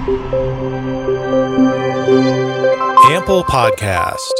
Ample Podcast。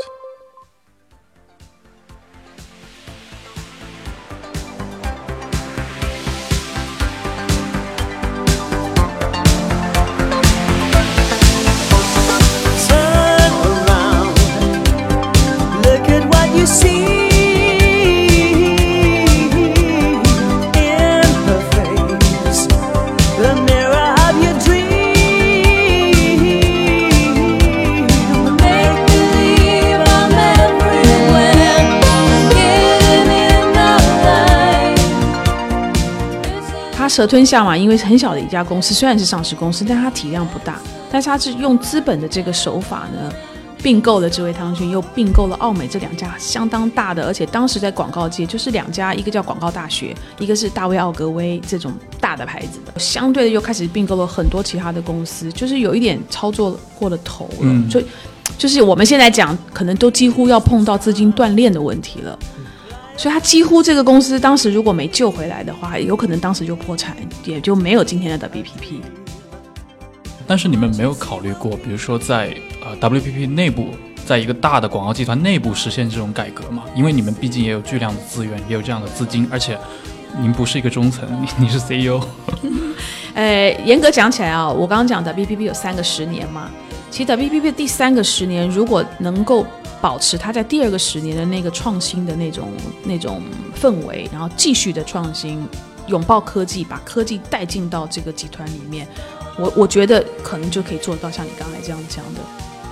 蛇吞象嘛，因为很小的一家公司，虽然是上市公司，但它体量不大，但是它是用资本的这个手法呢，并购了智慧汤逊，又并购了奥美这两家相当大的，而且当时在广告界就是两家，一个叫广告大学，一个是大卫奥格威这种大的牌子的，相对的又开始并购了很多其他的公司，就是有一点操作过了头了，所以就是我们现在讲，可能都几乎要碰到资金断裂的问题了。所以他几乎这个公司当时如果没救回来的话，有可能当时就破产，也就没有今天的 WPP。 但是你们没有考虑过比如说在WPP 内部，在一个大的广告集团内部实现这种改革吗？因为你们毕竟也有巨量的资源，也有这样的资金，而且您不是一个中层，你是 CEO。 严格讲起来啊，我刚刚讲 WPP 有3个10年嘛，其实 WPP 的第3个10年如果能够保持它在第2个10年的那个创新的那种氛围，然后继续的创新，拥抱科技，把科技带进到这个集团里面，我觉得可能就可以做到像你刚才这样讲的。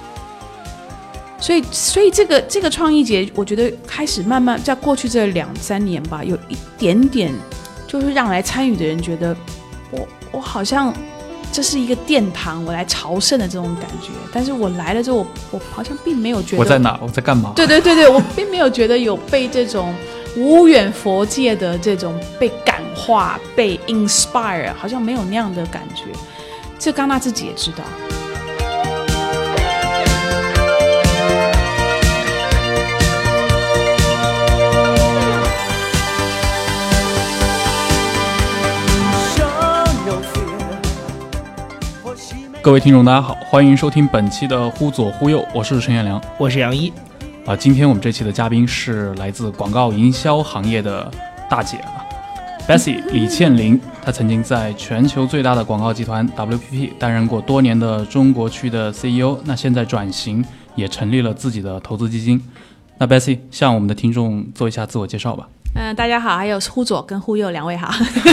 所以这个创意节，我觉得开始慢慢在过去这2-3年吧，有一点点就是让来参与的人觉得我好像这是一个殿堂，我来朝圣的这种感觉。但是我来了之后，我好像并没有觉得我在哪，我在干嘛。 对，我并没有觉得有被这种无远佛界的这种被感化、被 inspire， 好像没有那样的感觉。这刚娜自己也知道。 各位听众大家好，欢迎收听本期的忽左忽右，我是陈彦良， 我是杨一。 今天我们这期的嘉宾是来自广告营销行业的大姐Bessie 李倩玲，她曾经在全球最大的广告集团 WPP 担任过多年的中国区的 CEO， 那现在转型也成立了自己的投资基金。那 Bessie 向我们的听众做一下自我介绍吧。 大家好，还有忽左跟忽右2位好。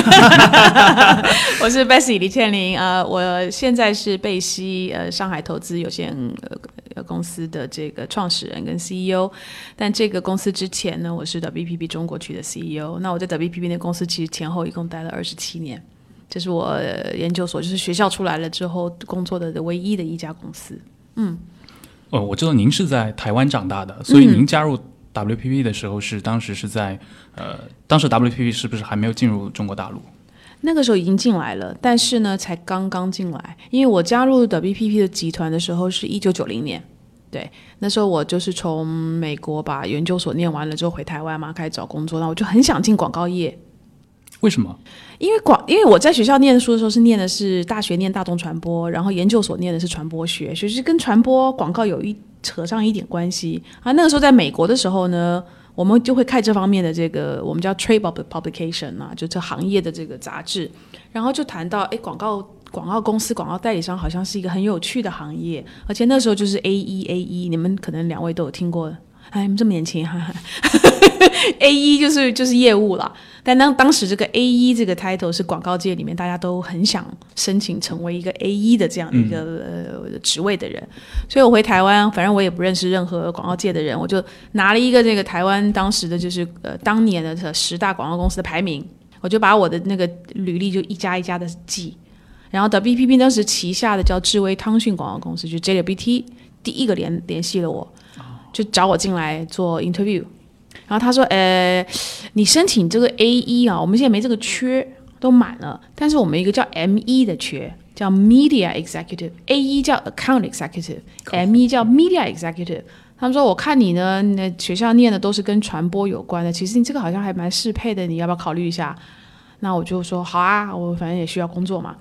我是 Bessie 李倩玲，我现在是贝西上海投资有限公司的这个创始人跟 CEO， 但这个公司之前呢，我是 WPP 中国区的 CEO。 那我在 WPP 那公司其实前后一共待了27年，这是我研究所就是学校出来了之后工作的唯一的一家公司。 我知道您是在台湾长大的，所以您加入WPP 的时候当时是在当时 WPP 是不是还没有进入中国大陆？ 那个时候已经进来了，但是呢才刚刚进来，因为我加入 WPP 的集团的时候是1990年，对，那时候我就是从美国把研究所念完了之后回台湾嘛，开始找工作，那我就很想进广告业。 为什么？ 因为我在学校念书的时候是念的是大学念大众传播，然后研究所念的是传播学，所以是跟传播广告扯上一点关系啊。那个时候在美国的时候呢，我们就会看这方面的这个我们叫 trade publication 啊，就这行业的这个杂志，然后就谈到广告公司、广告代理商好像是一个很有趣的行业，而且那时候就是 AE， 你们可能2位都有听过，你们这么年轻哈哈。AE 就是业务啦，但当时这个 AE 这个 title 是广告界里面大家都很想申请成为一个 AE 的这样的一个职位的人，所以我回台湾，反正我也不认识任何广告界的人，我就拿了一个这个台湾当时的就是当年的10大广告公司的排名，我就把我的那个履历就一家一家的记，然后 WPP 当时旗下的叫智威汤逊广告公司，就 JWT 第一个联系了我，就找我进来做 interview。然后他说你申請這個 AE 啊，我們現在沒這個缺，都滿了，但是我們有一個叫 ME 的缺，叫 Media Executive， AE 叫 Account Executive， ME 叫 Media Executive。 他們說我看你呢學校念的都是跟傳播有關的，其實你這個好像還蠻適配的，你要不要考慮一下？那我就說好啊，我反正也需要工作嘛。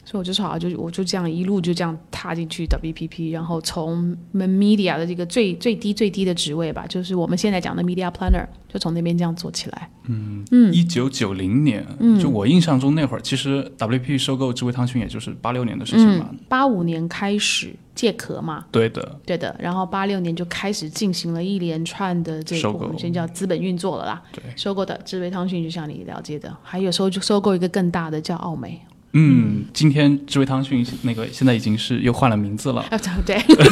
所以我就说好，我就这样一路就这样踏进去 WPP， 然后从 media 的这个最低的职位吧，就是我们现在讲的 media planner， 就从那边这样做起来。 1990年，就我印象中那会儿，其实 WPP 收购智慧汤逊也就是86年的事情嘛。 85年开始借壳嘛， 对的， 然后86年就开始进行了一连串的这个我们先叫资本运作了啦。 对， 收购的智慧汤逊就像你了解的，还有收购一个更大的叫奥美。 今天智慧汤逊那个现在已经是又换了名字了。 对，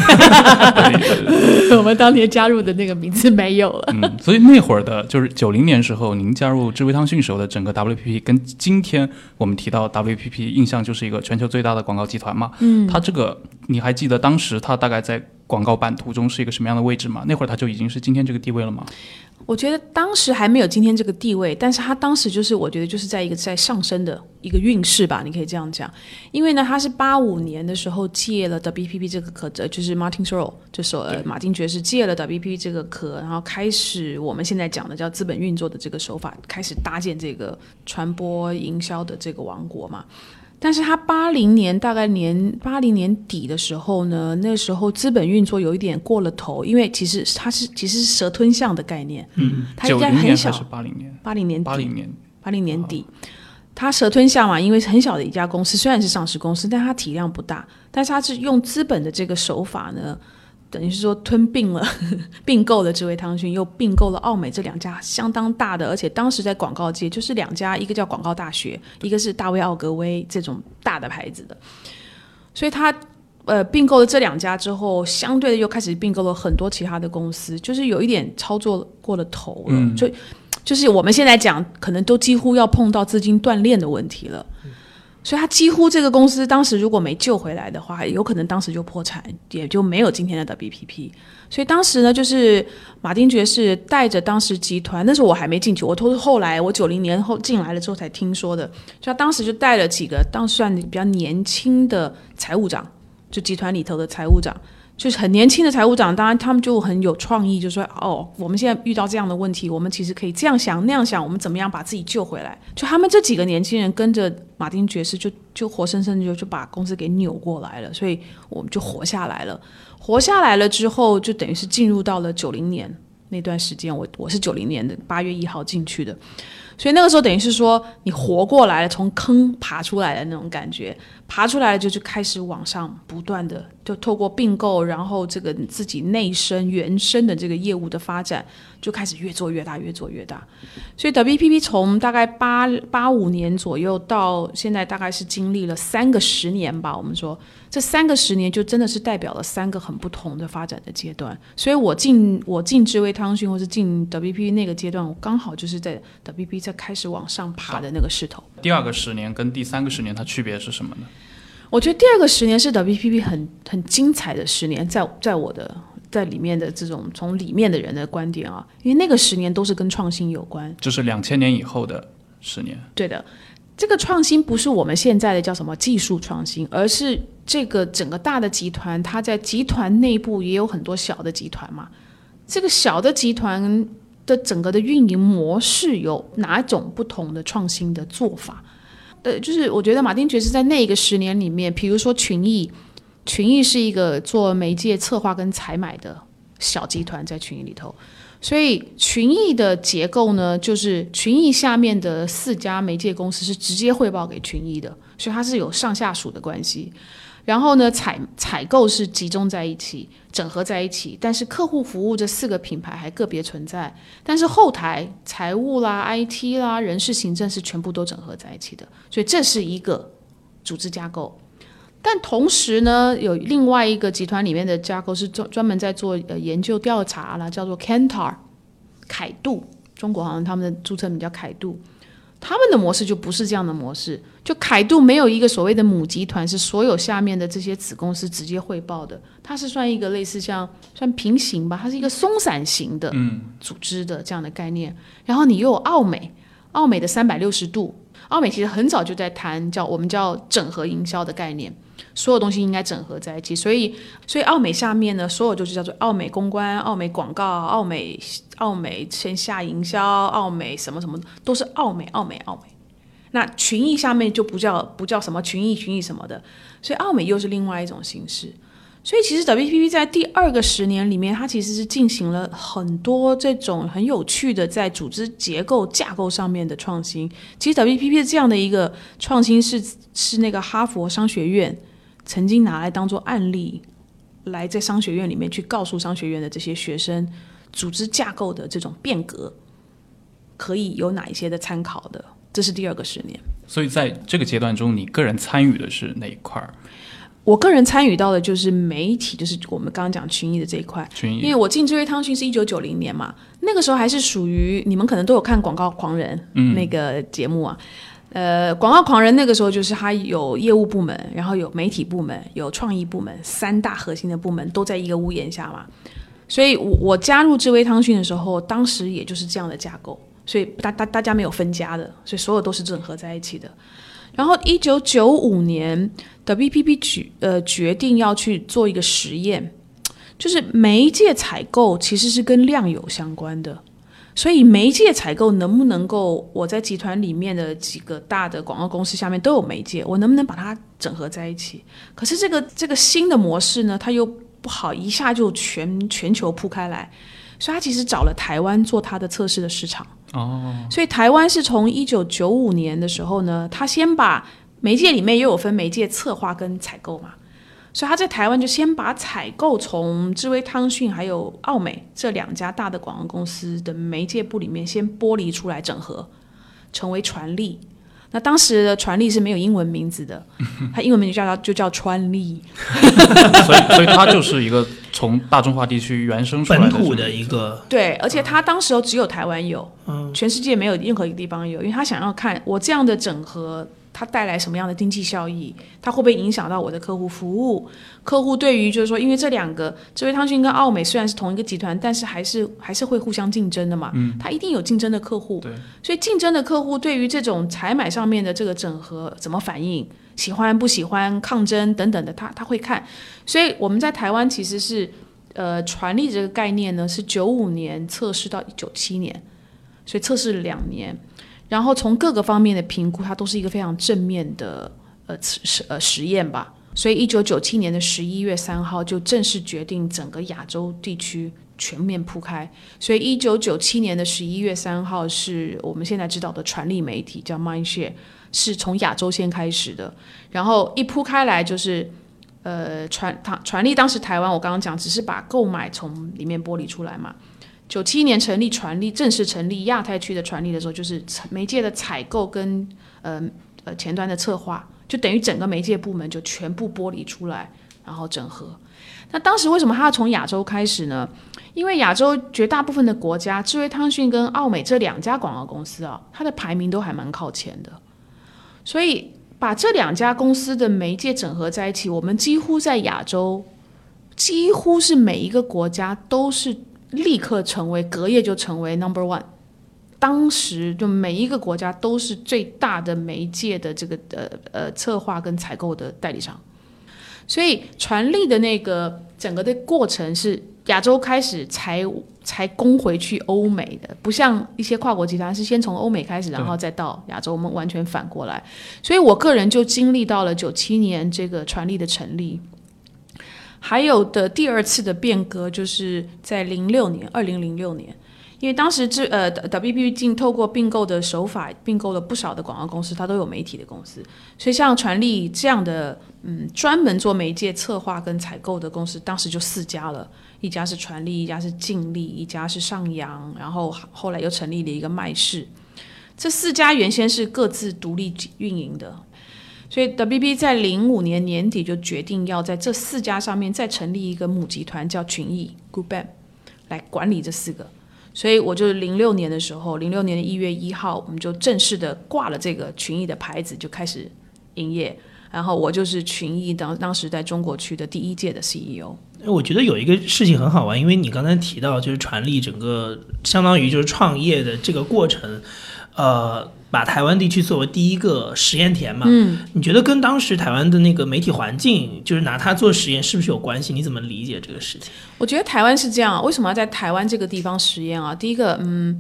我们当年加入的那个名字没有了。 所以那会儿的就是90年时候，您加入智慧汤逊时候的整个 WPP 跟今天我们提到 WPP 印象就是一个全球最大的广告集团嘛。它这个你还记得当时它大概在广告版图中是一个什么样的位置吗？那会儿它就已经是今天这个地位了吗？ 我觉得当时还没有今天这个地位，但是他当时就是我觉得就是在一个在上升的一个运势吧，你可以这样讲。因为呢，他是85年的时候借了 WPP 这个壳，就是 Martin Sorrell 就是马丁爵士借了 WPP 这个壳，然后开始我们现在讲的叫资本运作的这个手法，开始搭建这个传播营销的这个王国嘛。但是他80年底的时候呢，那时候资本运作有一点过了头，因为其实是蛇吞象的概念。他应该很小 ，90年还是80年？80年底，他蛇吞象嘛，因为很小的一家公司，虽然是上市公司，但它体量不大，但是它是用资本的这个手法呢，等于是说并购了智慧汤逊，又并购了奥美，这两家相当大的，而且当时在广告界就是两家，一个叫广告大学，一个是大卫奥格威这种大的牌子的，所以他并购了这两家之后，相对的又开始并购了很多其他的公司，就是有一点操作过了头了，所以就是我们现在讲，可能都几乎要碰到资金断裂的问题了。所以他几乎这个公司当时如果没救回来的话，有可能当时就破产，也就没有今天的 WPP。所以当时呢，就是马丁爵士带着当时集团，那时候我还没进去，我都是后来我90年后进来了之后才听说的。所以他当时就带了几个当时算比较年轻的财务长，就集团里头的财务长。就是很年轻的财务长，当然他们就很有创意，就说我们现在遇到这样的问题，我们其实可以这样想那样想，我们怎么样把自己救回来。就他们这几个年轻人跟着马丁爵士就活生生就把公司给扭过来了，所以我们就活下来了。活下来了之后，就等于是进入到了90年那段时间，我是90年的8月1号进去的。所以那个时候等于是说你活过来了，从坑爬出来的那种感觉，爬出来了就开始往上不断的就透过并购，然后这个自己内生原生的这个业务的发展就开始越做越大，越做越大。所以 WPP 从大概85年左右到现在大概是经历了3个10年吧，我们说这3个10年就真的是代表了3个很不同的发展的阶段。所以我进智慧汤逊或是进 WPP 那个阶段，我刚好就是在 WPP 在开始往上爬的那个势头。 第2个10年跟第3个10年它区别是什么呢？ 我觉得第2个10年是 WPP 很精彩的10年，在我的在里面的这种从里面的人的观点啊，因为那个10年都是跟创新有关， 就是2000年以后的10年。 对的，这个创新不是我们现在的叫什么技术创新，而是这个整个大的集团，它在集团内部也有很多小的集团嘛，这个小的集团的整个的运营模式有哪种不同的创新的做法？就是我觉得马丁爵士在那个10年里面，比如说群益是一个做媒介策划跟采买的小集团，在群益里头，所以群益的结构呢，就是群益下面的4家媒介公司是直接汇报给群益的，所以它是有上下属的关系。然后呢，采购是集中在一起，整合在一起，但是客户服务这4个品牌还个别存在，但是后台财务啦、IT 啦、人事行政是全部都整合在一起的，所以这是一个组织架构。但同时呢，有另外一个集团里面的架构是专门在做研究调查啦，叫做 Kantar 凯度，中国好像他们的注册名叫凯度。他们的模式就不是这样的模式，就凯度没有一个所谓的母集团是所有下面的这些子公司直接汇报的，它是算一个类似算平行吧，它是一个松散型的组织的这样的概念。然后你又有奥美的360度，奥美其实很早就在谈我们叫整合营销的概念，所有东西应该整合在一起，所以奥美下面呢，所有就是叫做奥美公关、奥美广告、奥美线下营销、奥美什么什么都是奥美。 那群益下面就不叫什么群益什么的，所以奥美又是另外一种形式。所以其实 WPP 在第2个10年里面，它其实是进行了很多这种很有趣的在组织结构架构上面的创新。其实 WPP 这样的一个创新是那个哈佛商学院曾经拿来当做案例，来在商学院里面去告诉商学院的这些学生，组织架构的这种变革可以有哪一些的参考的。这是第2个10年。 所以在这个阶段中，你个人参与的是哪一块？ 我个人参与到的就是媒体，就是我们刚刚讲群益的这一块。因为我进智慧汤讯是1990年嘛，那个时候还是属于你们可能都有看《广告狂人》那个节目啊。广告狂人那个时候就是他有业务部门，然后有媒体部门，有创意部门，3大核心的部门都在一个屋檐下嘛。所以我加入智慧汤讯的时候，当时也就是这样的架构，所以大家没有分家的，所以所有都是整合在一起的。然后1995年 WPP 决定要去做一个实验，就是媒介采购其实是跟量有相关的，所以媒介采购能不能够，我在集团里面的几个大的广告公司下面都有媒介，我能不能把它整合在一起？可是这个新的模式呢，它又不好一下就全球铺开来，所以他其实找了台湾做他的测试的市场。所以台湾是从1995年的时候呢，他先把媒介里面又有分媒介策划跟采购嘛，所以他在台湾就先把采购从智慧汤讯还有奥美这2家大的广告公司的媒介部里面先剥离出来整合，成为传力。那当时的传力是没有英文名字的，它英文名就叫川力所以它就是一个从大中华地区原生出来的本土的一个。 对，而且它当时只有台湾有，全世界没有任何一个地方有，因为他想要看我这样的整合它带来什么样的经济效益，它会不会影响到我的客户服务。客户对于就是说，因为这2个智慧汤讯跟奥美虽然是同一个集团，但是还是会互相竞争的嘛，它一定有竞争的客户，所以竞争的客户对于这种采买上面的这个整合怎么反应，喜欢不喜欢，抗争等等的，他会看。所以我们在台湾其实是传力这个概念呢，是95年测试到97年，所以测试了2年，然后从各个方面的评估，它都是一个非常正面的实验吧。所以1997年的11月3号就正式决定整个亚洲地区全面铺开。所以1997年的11月3号是我们现在知道的传力媒体叫 Mindshare， 是从亚洲先开始的，然后一铺开来就是传力当时台湾我刚刚讲只是把购买从里面剥离出来嘛。97年成立传力，正式成立亚太区的传力的时候，就是媒介的采购跟前端的策划，就等于整个媒介部门就全部剥离出来，然后整合。那当时为什么他要从亚洲开始呢？因为亚洲绝大部分的国家，智慧汤讯跟奥美这2家广告公司啊，它的排名都还蛮靠前的，所以把这2家公司的媒介整合在一起，我们几乎在亚洲，几乎是每一个国家都是立刻隔夜就成为 No.1。当时就每一个国家都是最大的媒介的这个策划跟采购的代理商，所以传力的那个整个的过程是亚洲开始才攻回去欧美的，不像一些跨国集团是先从欧美开始，然后再到亚洲，我们完全反过来。所以我个人就经历到了97年这个传力的成立。还有的第2次的变革就是在2006年，因为当时WPP 透过并购的手法并购了不少的广告公司，它都有媒体的公司，所以像传力这样的专门做媒介策划跟采购的公司，当时就4家了，一家是传力，一家是净利，一家是上扬，然后后来又成立了一个麦氏。这4家原先是各自独立运营的，所以 WPP 在05年年底就决定要在这4家上面再成立一个母集团，叫群益 GroupM 来管理这4个。所以我就06年的时候，06年的1月1号，我们就正式的挂了这个群益的牌子，就开始营业。然后我就是群益当时在中国区的第1届的 CEO。 我觉得有一个事情很好玩，因为你刚才提到就是传力整个相当于就是创业的这个过程，把台湾地区作为第一个实验田嘛，你觉得跟当时台湾的那个媒体环境，就是拿它做实验，是不是有关系？你怎么理解这个事情？ 我觉得台湾是这样，为什么要在台湾这个地方实验啊？第一个，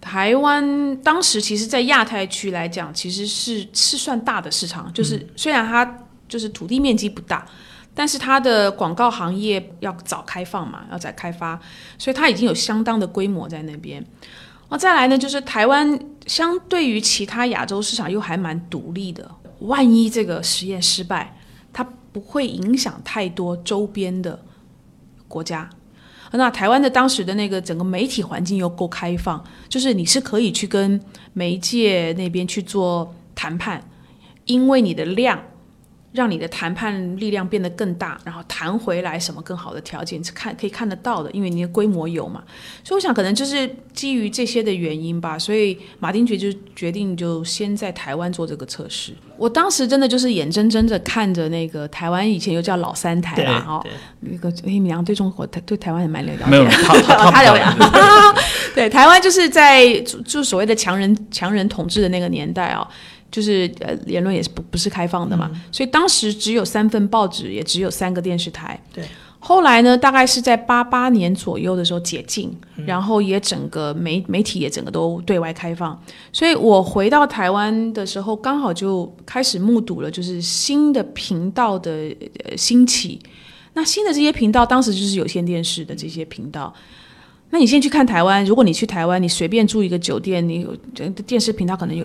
台湾当时其实在亚太区来讲其实是算大的市场，就是虽然它就是土地面积不大，但是它的广告行业要早开放嘛，要早开发，所以它已经有相当的规模在那边。再来呢，就是台湾相对于其他亚洲市场又还蛮独立的，万一这个实验失败，它不会影响太多周边的国家。那台湾的当时的那个整个媒体环境又够开放，就是你是可以去跟媒介那边去做谈判，因为你的量让你的谈判力量变得更大，然后谈回来什么更好的条件是可以看得到的，因为你的规模有嘛。所以我想可能就是基于这些的原因吧，所以马丁爵就决定就先在台湾做这个测试。我当时真的就是眼睁睁的看着那个台湾以前又叫老三台啦，那个米良对中国对台湾也蛮了解， 没有他了解。对，台湾就是在就所谓的强人统治的那个年代就是言论也是不是开放的嘛，所以当时只有3份报纸，也只有3个电视台。 对， 后来呢，大概是在88年左右的时候解禁，然后也整个媒体也整个都对外开放，所以我回到台湾的时候，刚好就开始目睹了就是新的频道的兴起。那新的这些频道，当时就是有线电视的这些频道。那你先去看台湾，如果你去台湾，你随便住一个酒店，你有电视频道可能有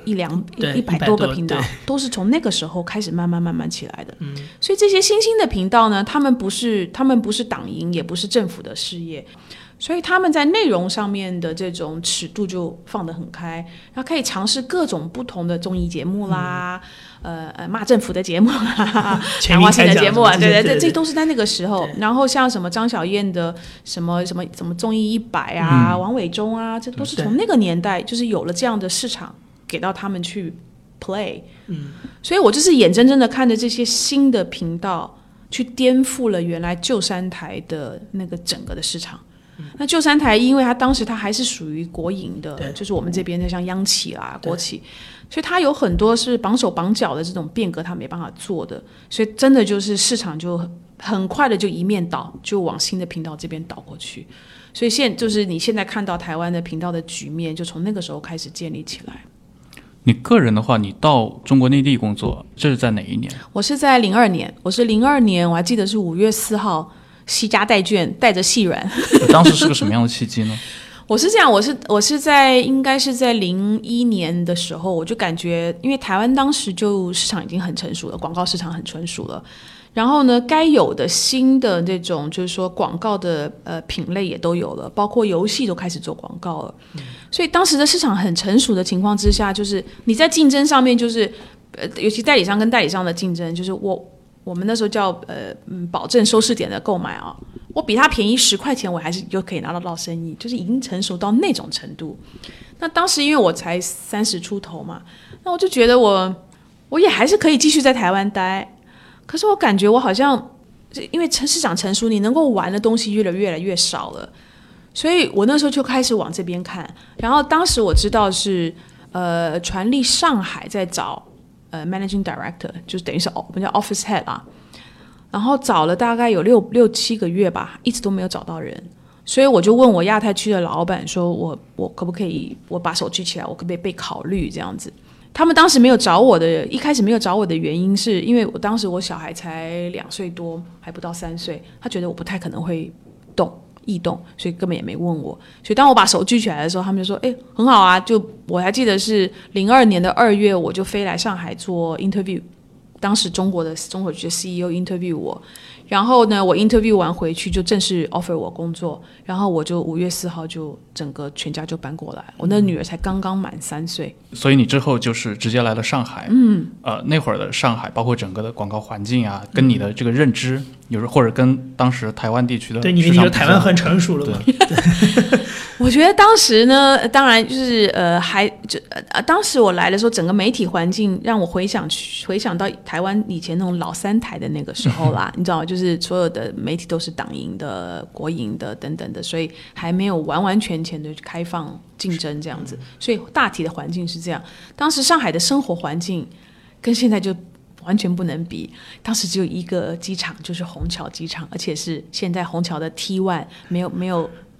100多个频道，都是从那个时候开始慢慢起来的。所以这些新兴的频道呢，他们不是党营，也不是政府的事业，所以他们在内容上面的这种尺度就放得很开，然后可以尝试各种不同的综艺节目啦。骂政府的节目啊，谈话性的节目啊，对，这都是在那个时候。然后像什么张小燕的什么综艺100啊，王伟忠啊，这都是从那个年代就是有了这样的市场给到他们去 play。所以我就是眼睁睁的看着这些新的频道去颠覆了原来旧三台的那个整个的市场。那旧三台因为它当时它还是属于国营的，就是我们这边的像央企啦、国企，所以它有很多是绑手绑脚的这种变革，它没办法做的，所以真的就是市场就很快的就一面倒，就往新的频道这边倒过去。所以就是你现在看到台湾的频道的局面，就从那个时候开始建立起来。 你个人的话，你到中国内地工作，这是在哪一年？ 我是在02年，我还记得是5月4号。惜家带眷，带着细软。 当时是个什么样的契机呢？ 我是这样，我是在应该是在01年的时候，我就感觉，因为台湾当时就市场已经很成熟了，广告市场很成熟了。然后呢，该有的新的这种就是说广告的品类也都有了，包括游戏都开始做广告了。所以当时的市场很成熟的情况之下，就是你在竞争上面，就是尤其代理商跟代理商的竞争，就是我们那时候叫保证收视点的购买我比他便宜10块钱，我还是就可以拿到生意，就是已经成熟到那种程度。那当时因为我才30出头嘛，那我就觉得我也还是可以继续在台湾待，可是我感觉我好像因为市场成熟，你能够玩的东西越来越少了，所以我那时候就开始往这边看。然后当时我知道是传力上海在找Managing Director， 就是等于是我们叫 Office Head 啦，然后找了大概有6-7个月吧，一直都没有找到人，所以我就问我亚太区的老板说，我可不可以，我把手举起来，我可不可以被考虑这样子？他们当时没有找我的，一开始没有找我的原因是因为当时我小孩才2岁多，还不到3岁，他觉得我不太可能会异动，所以根本也没问我。所以当我把手举起来的时候，他们就说很好啊，就我还记得是02年的2月，我就飞来上海做 interview， 当时中国区的 CEO interview 我，然后呢我 interview 完回去就正式 offer 我工作，然后我就5月4号就整个全家就搬过来，我那女儿才刚刚满3岁。 所以你之后就是直接来了上海。那会儿的上海包括整个的广告环境啊，跟你的这个认知有时候或者跟当时台湾地区的对你觉得台湾很成熟了吗？ 我觉得当时呢，当然就是当时我来的时候，整个媒体环境让我回想到台湾以前那种老三台的那个时候啦，你知道吗？就是所有的媒体都是党营的、国营的等等的，所以还没有完全的开放竞争这样子，所以大体的环境是这样。当时上海的生活环境跟现在就完全不能比，当时只有一个机场，就是虹桥机场，而且是现在虹桥的 T1，没有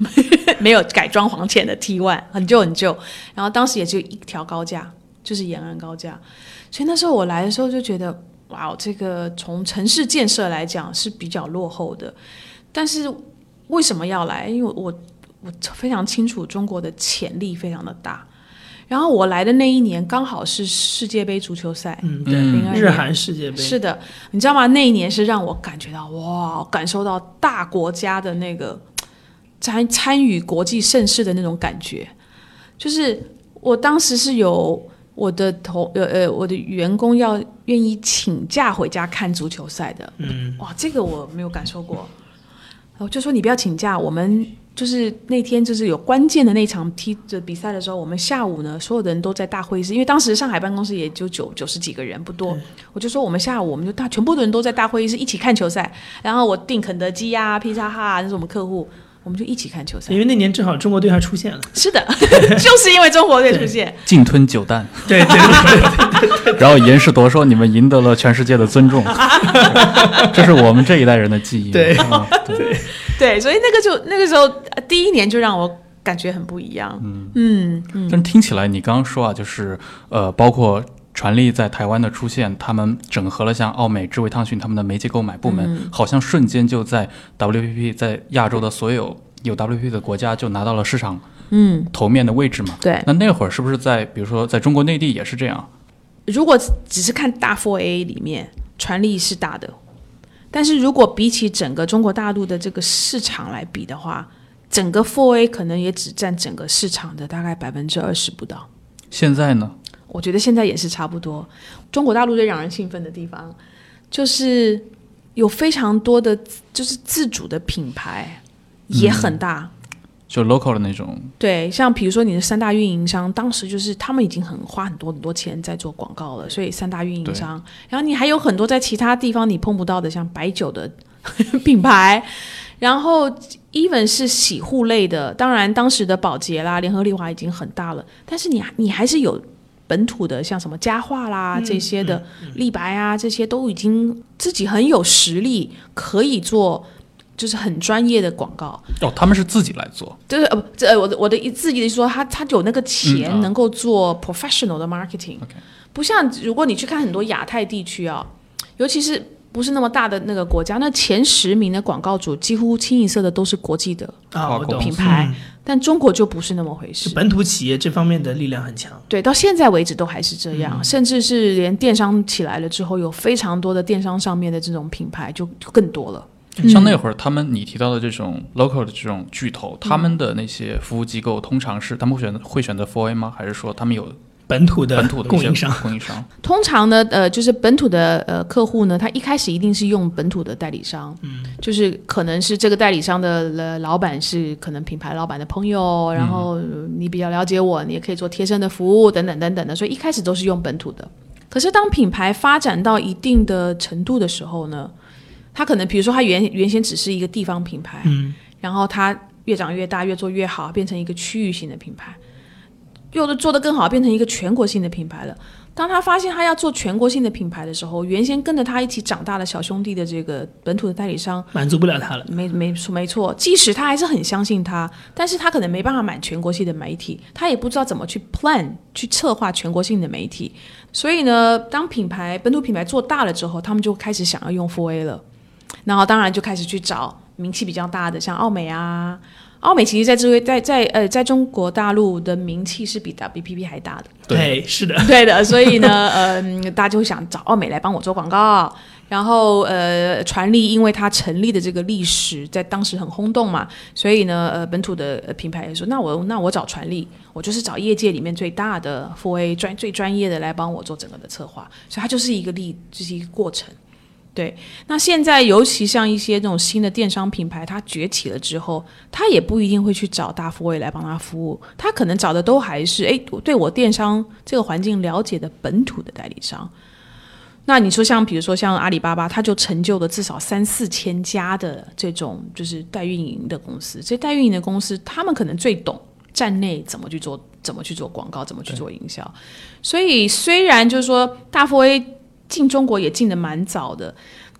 没有改装潢前的 T1， 很旧很旧。然后当时也只有一条高架，就是延安高架。所以那时候我来的时候就觉得，哇，这个从城市建设来讲是比较落后的。但是为什么要来？因为我非常清楚中国的潜力非常的大。然后我来的那一年刚好是世界杯足球赛， 对，日韩世界杯。 是的，你知道吗？那一年是让我感觉到哇，感受到大国家的那个参与国际盛事的那种感觉。就是我当时是有我的员工要愿意请假回家看足球赛的，哇，这个我没有感受过。我就说你不要请假，我们就是那天就是有关键的那场比赛的时候，我们下午呢所有的人都在大会议室，因为当时上海办公室也就90几个人，不多。我就说我们下午我们就全部的人都在大会议室一起看球赛，然后我订肯德基啊、披萨哈啊，那是我们客户，我们就一起看球赛。 因为那年正好中国队还出现了。 是的，就是因为中国队出现， 鲸吞9弹。 对。 然后严世铎说：“你们赢得了全世界的尊重。”这是我们这一代人的记忆。 对。 对，所以那个时候第一年就让我感觉很不一样。 但是听起来你刚刚说啊，就是包括传力在台湾的出现，他们整合了像奥美、智慧汤逊他们的媒介购买部门，好像瞬间就在 WPP 在亚洲的所有WPP 的国家就拿到了市场头面的位置嘛。 对。 那会儿是不是比如说在中国内地也是这样？ 如果只是看大 4A 里面，传力是大的。但是如果比起整个中国大陆的这个市场来比的话，整个 4A 可能也只占整个市场的大概20%不到。 现在呢？ 我觉得现在也是差不多。中国大陆最让人兴奋的地方，就是有非常多的就是自主的品牌也很大。 就 local 的那种。 对，像比如说你的3大运营商，当时就是他们已经花很多钱在做广告了，所以3大运营商，然后你还有很多在其他地方你碰不到的，像白酒的品牌，然后 even 是洗护类的，当然当时的宝洁啦、联合利华已经很大了，但是你还是有本土的，像什么佳话啦这些的，立白啊这些都已经自己很有实力，可以做。就是很专业的广告他们是自己来做， 就是我的自己的说，他有那个钱能够做 professional 的 marketing，不像如果你去看很多亚太地区啊，尤其是不是那么大的那个国家，那前10名的广告主几乎清一色的都是国际的品牌，但中国就不是那么回事。 本土企业这方面的力量很强， 对，到现在为止都还是这样，甚至是连电商起来了之后，有非常多的电商上面的这种品牌就更多了。 像那会儿你提到的这种 local 的这种巨头，他们的那些服务机构通常是他们会选择 4A 吗？还是说他们有本土的供应商？ 通常呢，就是本土的客户呢，他一开始一定是用本土的代理商，就是可能是这个代理商的老板是可能品牌老板的朋友，然后你比较了解我，你也可以做贴身的服务等等等等的，所以一开始都是用本土的。可是当品牌发展到一定的程度的时候呢，他可能比如说他原先只是一个地方品牌，然后他越长越大，越做越好，变成一个区域性的品牌，做得更好，变成一个全国性的品牌了。当他发现他要做全国性的品牌的时候，原先跟着他一起长大的小兄弟的这个本土的代理商满足不了他了。 没错，即使他还是很相信他，但是他可能没办法买全国性的媒体，他也不知道怎么去 plan 去策划全国性的媒体。所以呢，当本土品牌做大了之后，他们就开始想要用 4A 了。然后当然就开始去找名气比较大的，像奥美啊。奥美其实在中国大陆的名气是比 WPP 还大的。 对，是的， 对的。所以呢，大家就会想找奥美来帮我做广告。然后传力因为它成立的这个历史在当时很轰动嘛，所以呢本土的品牌也说，那我找传力，我就是找业界里面最大的 4A 最专业的来帮我做整个的策划，所以它就是一个过程。对，那现在尤其像一些这种新的电商品牌，它崛起了之后，它也不一定会去找大 4A 来帮他服务，它可能找的都还是对我电商这个环境了解的本土的代理商。那你说比如说像阿里巴巴，它就成就了至少3-4千家的这种就是代运营的公司，这代运营的公司，他们可能最懂站内怎么去做广告，怎么去做营销。所以虽然就是说大 4A 进中国也进得蛮早的，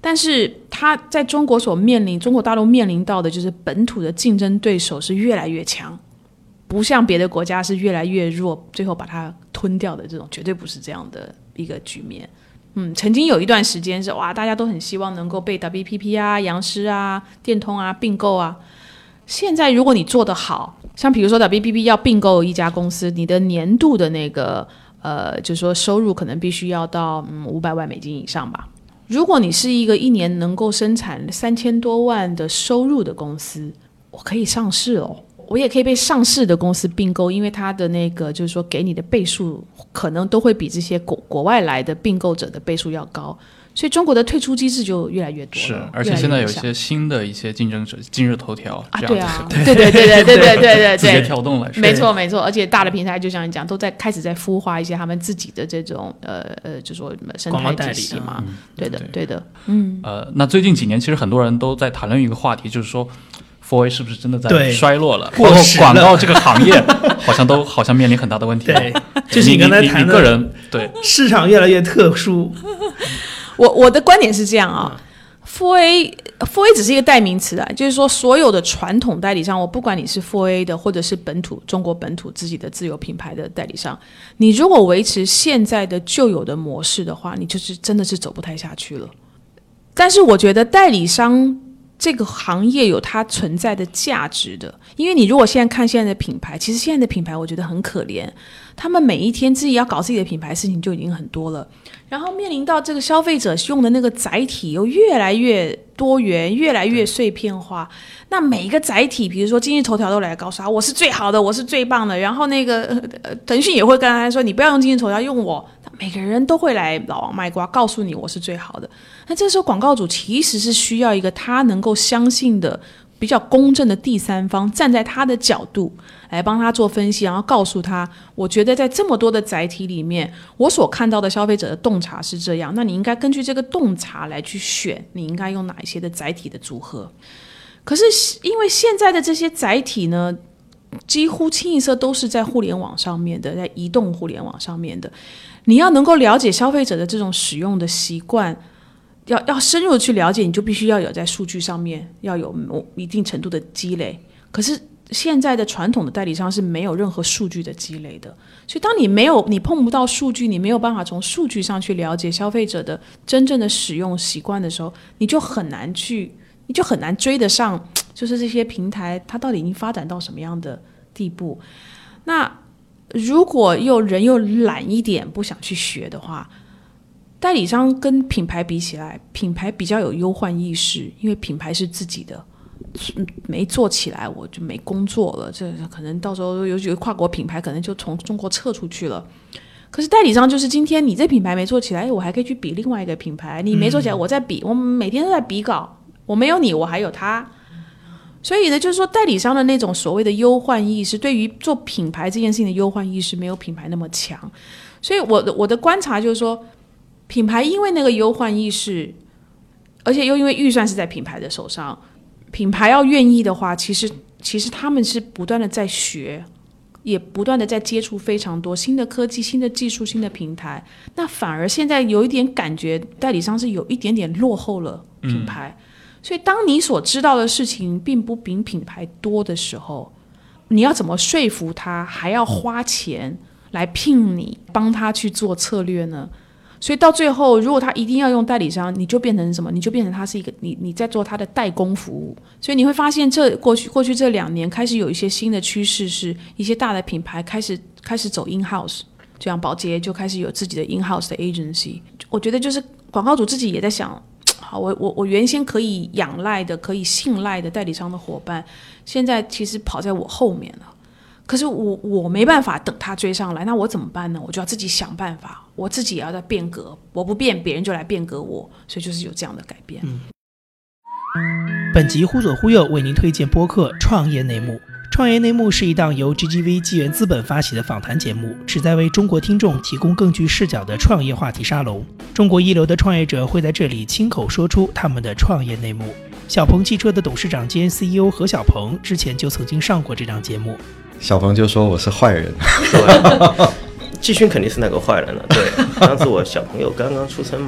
但是它在中国中国大陆面临到的就是本土的竞争对手是越来越强，不像别的国家是越来越弱，最后把它吞掉的这种，绝对不是这样的一个局面。曾经有一段时间是大家都很希望能够被 WPP 啊、洋狮啊、电通啊并购啊。现在如果你做得好，像比如说 WPP 要并购一家公司，你的年度的那个就是说收入可能必须要到500万美金以上吧。如果你是一个一年能够生产3000多万的收入的公司，我可以上市哦，我也可以被上市的公司并购，因为它的那个就是说给你的倍数可能都会比这些国外来的并购者的倍数要高，所以中国的退出机制就越来越多了。 是，而且现在有一些新的一些竞争者，今日头条这样对对， 字节跳动来说， 没错，而且大的平台就像你讲，都开始在孵化一些他们自己的这种就说生态体系嘛。对的。 那最近几年其实很多人都在谈论一个话题，就是说 4A 是不是真的在衰落了？包括广告这个行业好像面临很大的问题。 对，就是你刚才谈的， 你个人对市场越来越特殊。 我的观点是这样啊，4A 只是一个代名词啊，就是说所有的传统代理商，我不管你是 4A 的或者是中国本土自己的自有品牌的代理商，你如果维持现在的旧有的模式的话，你就是真的是走不太下去了。但是我觉得代理商这个行业有它存在的价值的，因为你如果现在看现在的品牌，其实现在的品牌我觉得很可怜，他们每一天自己要搞自己的品牌事情就已经很多了，然后面临到这个消费者用的那个载体又越来越多元，越来越碎片化。那每一个载体，比如说今日头条都来告诉他我是最好的，我是最棒的，然后那个腾讯也会跟他说你不要用今日头条，用我，每个人都会来老王卖瓜告诉你我是最好的。那这时候广告主其实是需要一个他能够相信的比较公正的第三方，站在他的角度来帮他做分析，然后告诉他我觉得在这么多的载体里面，我所看到的消费者的洞察是这样，那你应该根据这个洞察来去选你应该用哪一些的载体的组合。可是因为现在的这些载体呢，几乎清一色都是在互联网上面的，在移动互联网上面的，你要能够了解消费者的这种使用的习惯，要深入的去了解，你就必须要有在数据上面要有一定程度的积累。可是现在的传统的代理商是没有任何数据的积累的，所以当你碰不到数据，你没有办法从数据上去了解消费者的真正的使用习惯的时候，你就很难追得上，就是这些平台它到底已经发展到什么样的地步。那如果人又懒一点，不想去学的话，代理商跟品牌比起来，品牌比较有忧患意识，因为品牌是自己的，没做起来我就没工作了，这可能到时候有跨国品牌可能就从中国撤出去了。可是代理商就是今天你这品牌没做起来，我还可以去比另外一个品牌，你没做起来我在比，我们每天都在比稿，我没有你我还有他。所以呢，就是说代理商的那种所谓的忧患意识，对于做品牌这件事情的忧患意识没有品牌那么强。所以我的观察就是说，品牌因为那个忧患意识，而且又因为预算是在品牌的手上，品牌要愿意的话，其实他们是不断的在学，也不断的在接触非常多新的科技、新的技术、新的平台。那反而现在有一点感觉代理商是有一点点落后了品牌。所以当你所知道的事情并不比品牌多的时候，你要怎么说服他还要花钱来聘你帮他去做策略呢？所以到最后如果他一定要用代理商，你就变成什么？你就变成他是一个你在做他的代工服务。所以你会发现过去这2年开始有一些新的趋势，是一些大的品牌开始走 in-house， 就像宝洁就开始有自己的 in-house 的 agency。 我觉得就是广告主自己也在想，好，我原先可以仰赖的可以信赖的代理商的伙伴，现在其实跑在我后面了。可是我没办法等他追上来，那我怎么办呢？我就要自己想办法，我自己也要在变革，我不变别人就来变革我，所以就是有这样的改变。 本集忽左忽右为您推荐播客创业内幕。创业内幕是一档由 GGV 纪元资本发起的访谈节目，旨在为中国听众提供更具视角的创业话题沙龙。中国一流的创业者会在这里亲口说出他们的创业内幕。小鹏汽车的董事长兼 CEO 何小鹏之前就曾经上过这档节目。 小鹏就说我是坏人， 对，季勋肯定是那个坏人了。对，当时我小朋友刚刚出生嘛，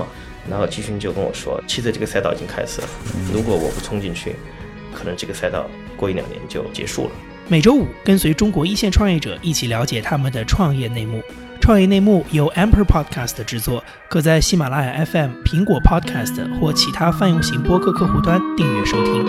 然后季勋就跟我说，其实这个赛道已经开始了，如果我不冲进去，可能这个赛道过1-2年就结束了。 每周五跟随中国一线创业者一起了解他们的创业内幕。创业内幕由 Amper Podcast 制作，可在喜马拉雅 FM、苹果 Podcast 或其他泛用型播客客户端订阅收听。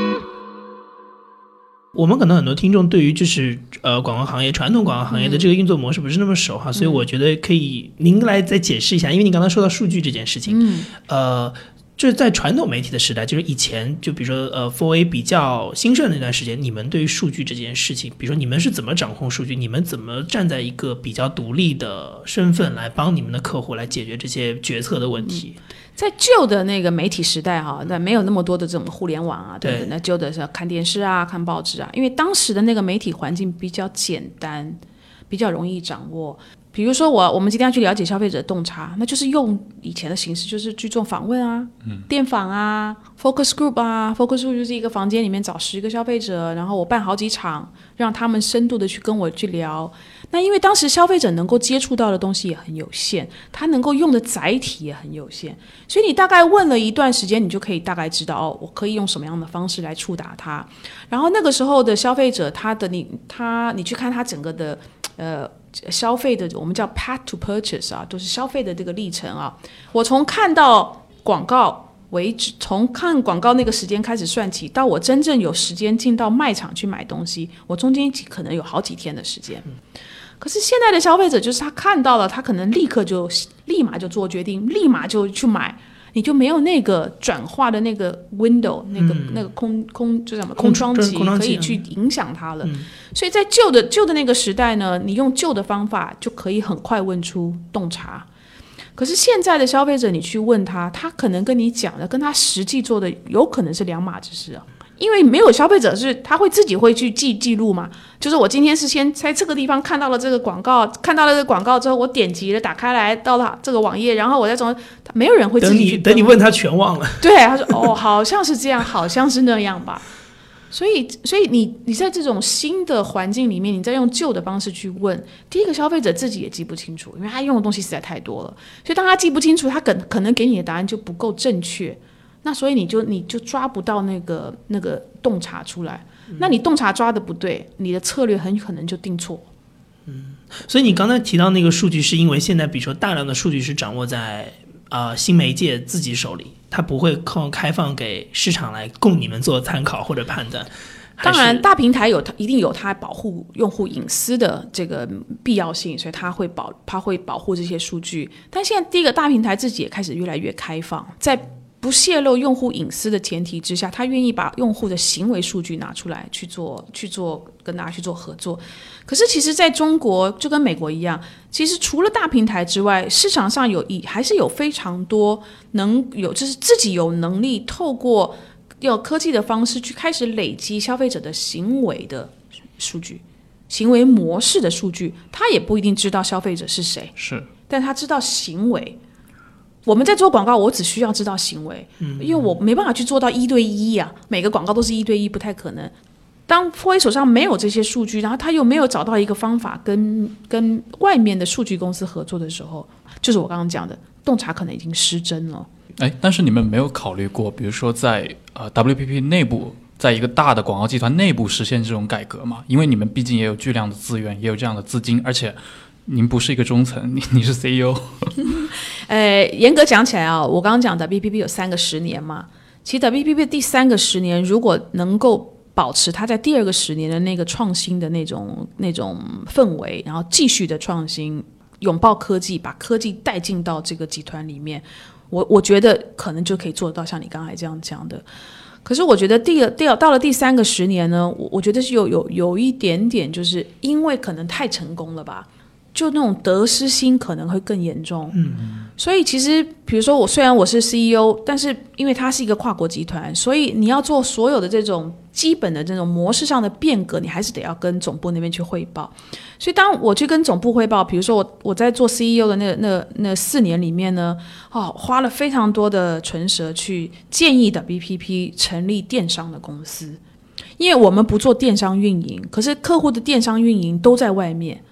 我们可能很多听众对于就是广告行业传统广告行业的这个运作模式不是那么熟哈，所以我觉得可以您来再解释一下，因为你刚才说到数据这件事情，就是在传统媒体的时代，就是以前就比如说4A 比较兴盛的那段时间，你们对于数据这件事情，比如说你们是怎么掌控数据，你们怎么站在一个比较独立的身份来帮你们的客户来解决这些决策的问题？ 在旧的那个媒体时代哈，那没有那么多的这种互联网啊等等，那旧的是看电视啊、看报纸啊，因为当时的那个媒体环境比较简单，比较容易掌握。比如说我们今天要去了解消费者的洞察，那就是用以前的形式，就是去做访问啊，电访啊 ，focus group 啊 ，focus group 就是一个房间里面找10个消费者，然后我办好几场，让他们深度的去跟我去聊。那因为当时消费者能够接触到的东西也很有限，他能够用的载体也很有限，所以你大概问了一段时间，你就可以大概知道我可以用什么样的方式来触达他。然后那个时候的消费者，你去看他整个的消费的我们叫 path to purchase 啊，都是消费的这个历程啊。我从看到广告为止，从看广告那个时间开始算起，到我真正有时间进到卖场去买东西，我中间可能有好几天的时间。可是现在的消费者就是他看到了，他可能立马就做决定，立马就去买，你就没有那个转化的那个 window， 那个就什么空窗期可以去影响它了。所以在旧的那个时代呢，你用旧的方法就可以很快问出洞察。可是现在的消费者，你去问他，他可能跟你讲的跟他实际做的有可能是两码子事啊。因为没有消费者是他会自己会去记录嘛，就是我今天是先在这个地方看到了这个广告，看到了这个广告之后，我点击了打开来到了这个网页，然后我再从没有人会自己去等你问他全忘了。 对，他说哦，好像是这样，好像是那样吧。所以你在这种新的环境里面，你再用旧的方式去问，第一个消费者自己也记不清楚，因为他用的东西实在太多了，所以当他记不清楚，他可能给你的答案就不够正确。那所以你就抓不到那个洞察出来，那你洞察抓的不对，你的策略很可能就定错。 所以你刚才提到那个数据，是因为现在比如说大量的数据是掌握在新媒介自己手里，它不会开放给市场来供你们做参考或者判断。 当然，大平台一定有它保护用户隐私的这个必要性，所以它会保护这些数据。但现在第一个大平台自己也开始越来越开放，在不泄露用户隐私的前提之下，他愿意把用户的行为数据拿出来去做跟大家去做合作。可是其实在中国就跟美国一样，其实除了大平台之外，市场上还是有非常多就是自己有能力透过用科技的方式去开始累积消费者的行为的数据，行为模式的数据。他也不一定知道消费者是谁，但他知道行为。我们在做广告，我只需要知道行为，因为我没办法去做到1对1啊，每个广告都是1对1，不太可能。当 4A 手上没有这些数据，然后他又没有找到一个方法跟外面的数据公司合作的时候，就是我刚刚讲的洞察可能已经失真了。 但是你们没有考虑过，比如说在WPP 内部，在一个大的广告集团内部实现这种改革嘛？因为你们毕竟也有巨量的资源，也有这样的资金，而且您不是一个中层，你是 CEO。 严格讲起来啊，我刚刚讲 WPP 有3个10年嘛，其实 WPP 第3个10年如果能够保持它在第2个10年的那个创新的那种氛围，然后继续的创新，拥抱科技，把科技带进到这个集团里面，我觉得可能就可以做得到像你刚才这样讲的。可是我觉得到了第3个10年呢，我觉得是有一点点，就是因为可能太成功了吧，就那种得失心可能会更严重。所以其实比如说虽然我是 CEO， 但是因为它是一个跨国集团，所以你要做所有的这种基本的这种模式上的变革，你还是得要跟总部那边去汇报。所以当我去跟总部汇报，比如说我在做 CEO 的那4年里面呢，花了非常多的唇舌去建议 WPP 成立电商的公司，因为我们不做电商运营，可是客户的电商运营都在外面，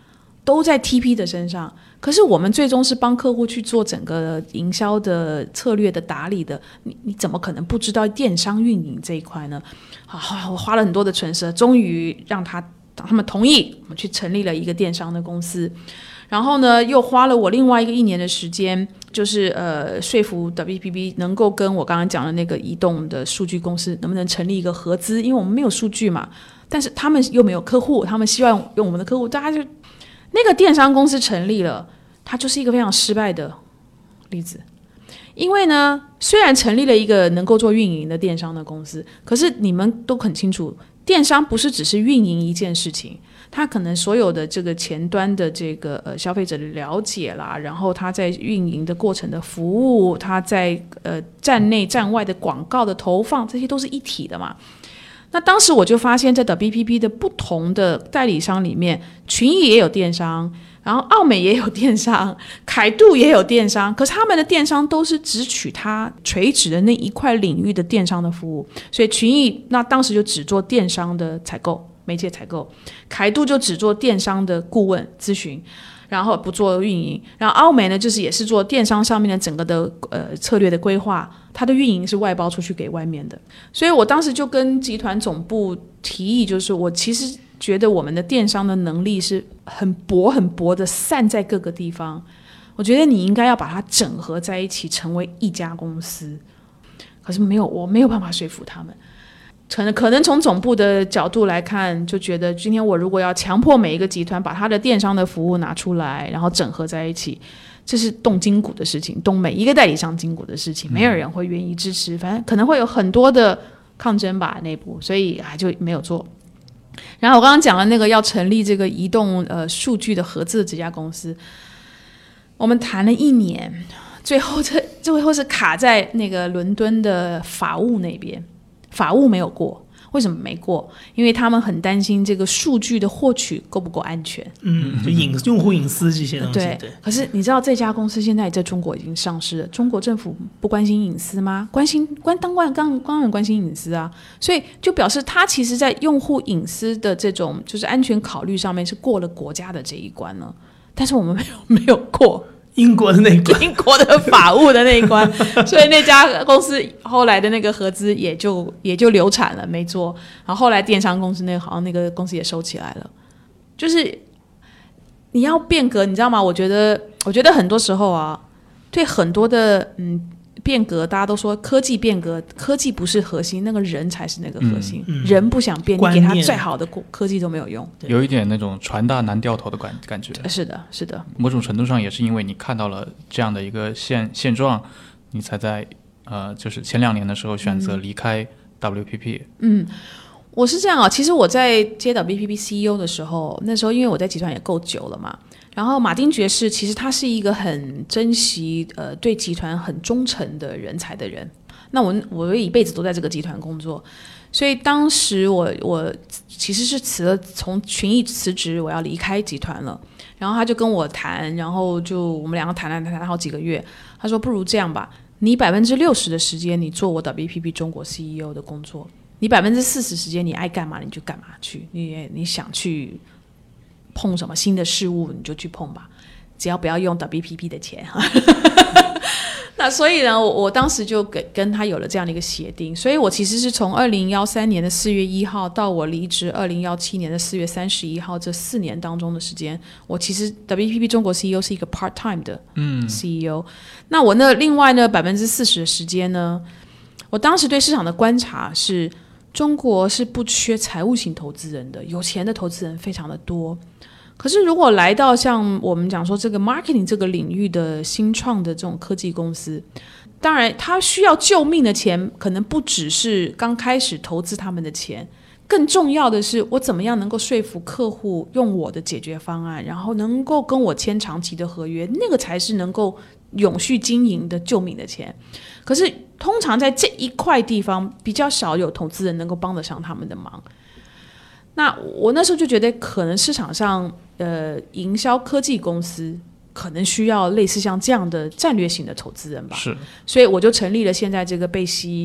都在 TP 的身上，可是我们最终是帮客户去做整个营销的策略的打理的，你怎么可能不知道电商运营这一块呢？我花了很多的唇舌，终于让他们同意，我们去成立了一个电商的公司。然后呢，又花了我另外1年的时间，就是说服 WPP 能够跟我刚刚讲的那个移动的数据公司能不能成立一个合资，因为我们没有数据嘛，但是他们又没有客户，他们希望用我们的客户，大家就那个电商公司成立了，它就是一个非常失败的例子。因为呢，虽然成立了一个能够做运营的电商的公司，可是你们都很清楚，电商不是只是运营一件事情，它可能所有的这个前端的这个消费者的了解啦，然后它在运营的过程的服务，它在站内站外的广告的投放，这些都是一体的嘛。那当时我就发现，在 WPP 的不同的代理商里面，群益也有电商，然后奥美也有电商，凯度也有电商，可是他们的电商都是只取它垂直的那一块领域的电商的服务，所以群益那当时就只做电商的采购、媒介采购，凯度就只做电商的顾问咨询，然后不做运营，然后奥美呢就是也是做电商上面的整个的策略的规划，它的运营是外包出去给外面的。所以我当时就跟集团总部提议，就是我其实觉得我们的电商的能力是很薄的散在各个地方，我觉得你应该要把它整合在一起成为一家公司。可是我没有办法说服他们，可能从总部的角度来看，就觉得今天我如果要强迫每一个集团把他的电商的服务拿出来，然后整合在一起，这是动筋骨的事情，动每一个代理商筋骨的事情，没有人会愿意支持，反正可能会有很多的抗争吧内部，所以就没有做。然后我刚刚讲了那个要成立这个移动数据的合资的这家公司，我们谈了1年，最后是卡在那个伦敦的法务那边，法务没有过。为什么没过？因为他们很担心这个数据的获取够不够安全。 就用户隐私这些东西。对。 可是你知道这家公司现在在中国已经上市了，中国政府不关心隐私吗？当然关心隐私啊。所以就表示他其实在用户隐私的这种就是安全考虑上面是过了国家的这一关了，但是我们没有过。 英国的那一关， 英国的法务的那一关，所以那家公司后来的那个合资也就流产了，没做。然后后来电商公司好像那个公司也收起来了。就是你要变革，你知道吗？我觉得很多时候啊，对很多的变革，大家都说科技变革，科技不是核心，那个人才是那个核心。人不想变，你给他再好的科技都没有用。 有一点那种船大难掉头的感觉。 是的，是的。 某种程度上也是因为你看到了这样的一个现状，你才在就是前2年的时候选择离开 WPP。 我是这样啊，其实我在接 WPP CEO 的时候，那时候因为我在集团也够久了嘛。然后马丁爵士其实他是一个很珍惜对集团很忠诚的人才的人。那我一辈子都在这个集团工作，所以当时我其实是从群益辞职，我要离开集团了。然后他就跟我谈，然后我们2个谈好几个月。他说不如这样吧，你60%的时间你做我 WPP 中国 CEO 的工作，你40%时间你爱干嘛你就干嘛去，你想去碰什么新的事物你就去碰吧，只要不要用 WPP 的钱。那所以呢，我当时就跟他有了这样的一个协定。所以我其实是从2013年的4月1号到我离职2017年的4月31号这4年当中的时间，我其实 WPP 中国 CEO 是一个 part time 的 CEO。那我另外呢40%的时间呢，我当时对市场的观察是，中国是不缺财务型投资人的，有钱的投资人非常的多。可是如果来到像我们讲说这个 marketing 这个领域的新创的这种科技公司，当然他需要救命的钱可能不只是刚开始投资他们的钱，更重要的是我怎么样能够说服客户用我的解决方案，然后能够跟我签长期的合约，那个才是能够永续经营的救命的钱。可是通常在这一块地方比较少有投资人能够帮得上他们的忙。那我那时候就觉得可能市场上营销科技公司可能需要类似像这样的战略性的投资人吧。 是， 所以我就成立了现在这个贝西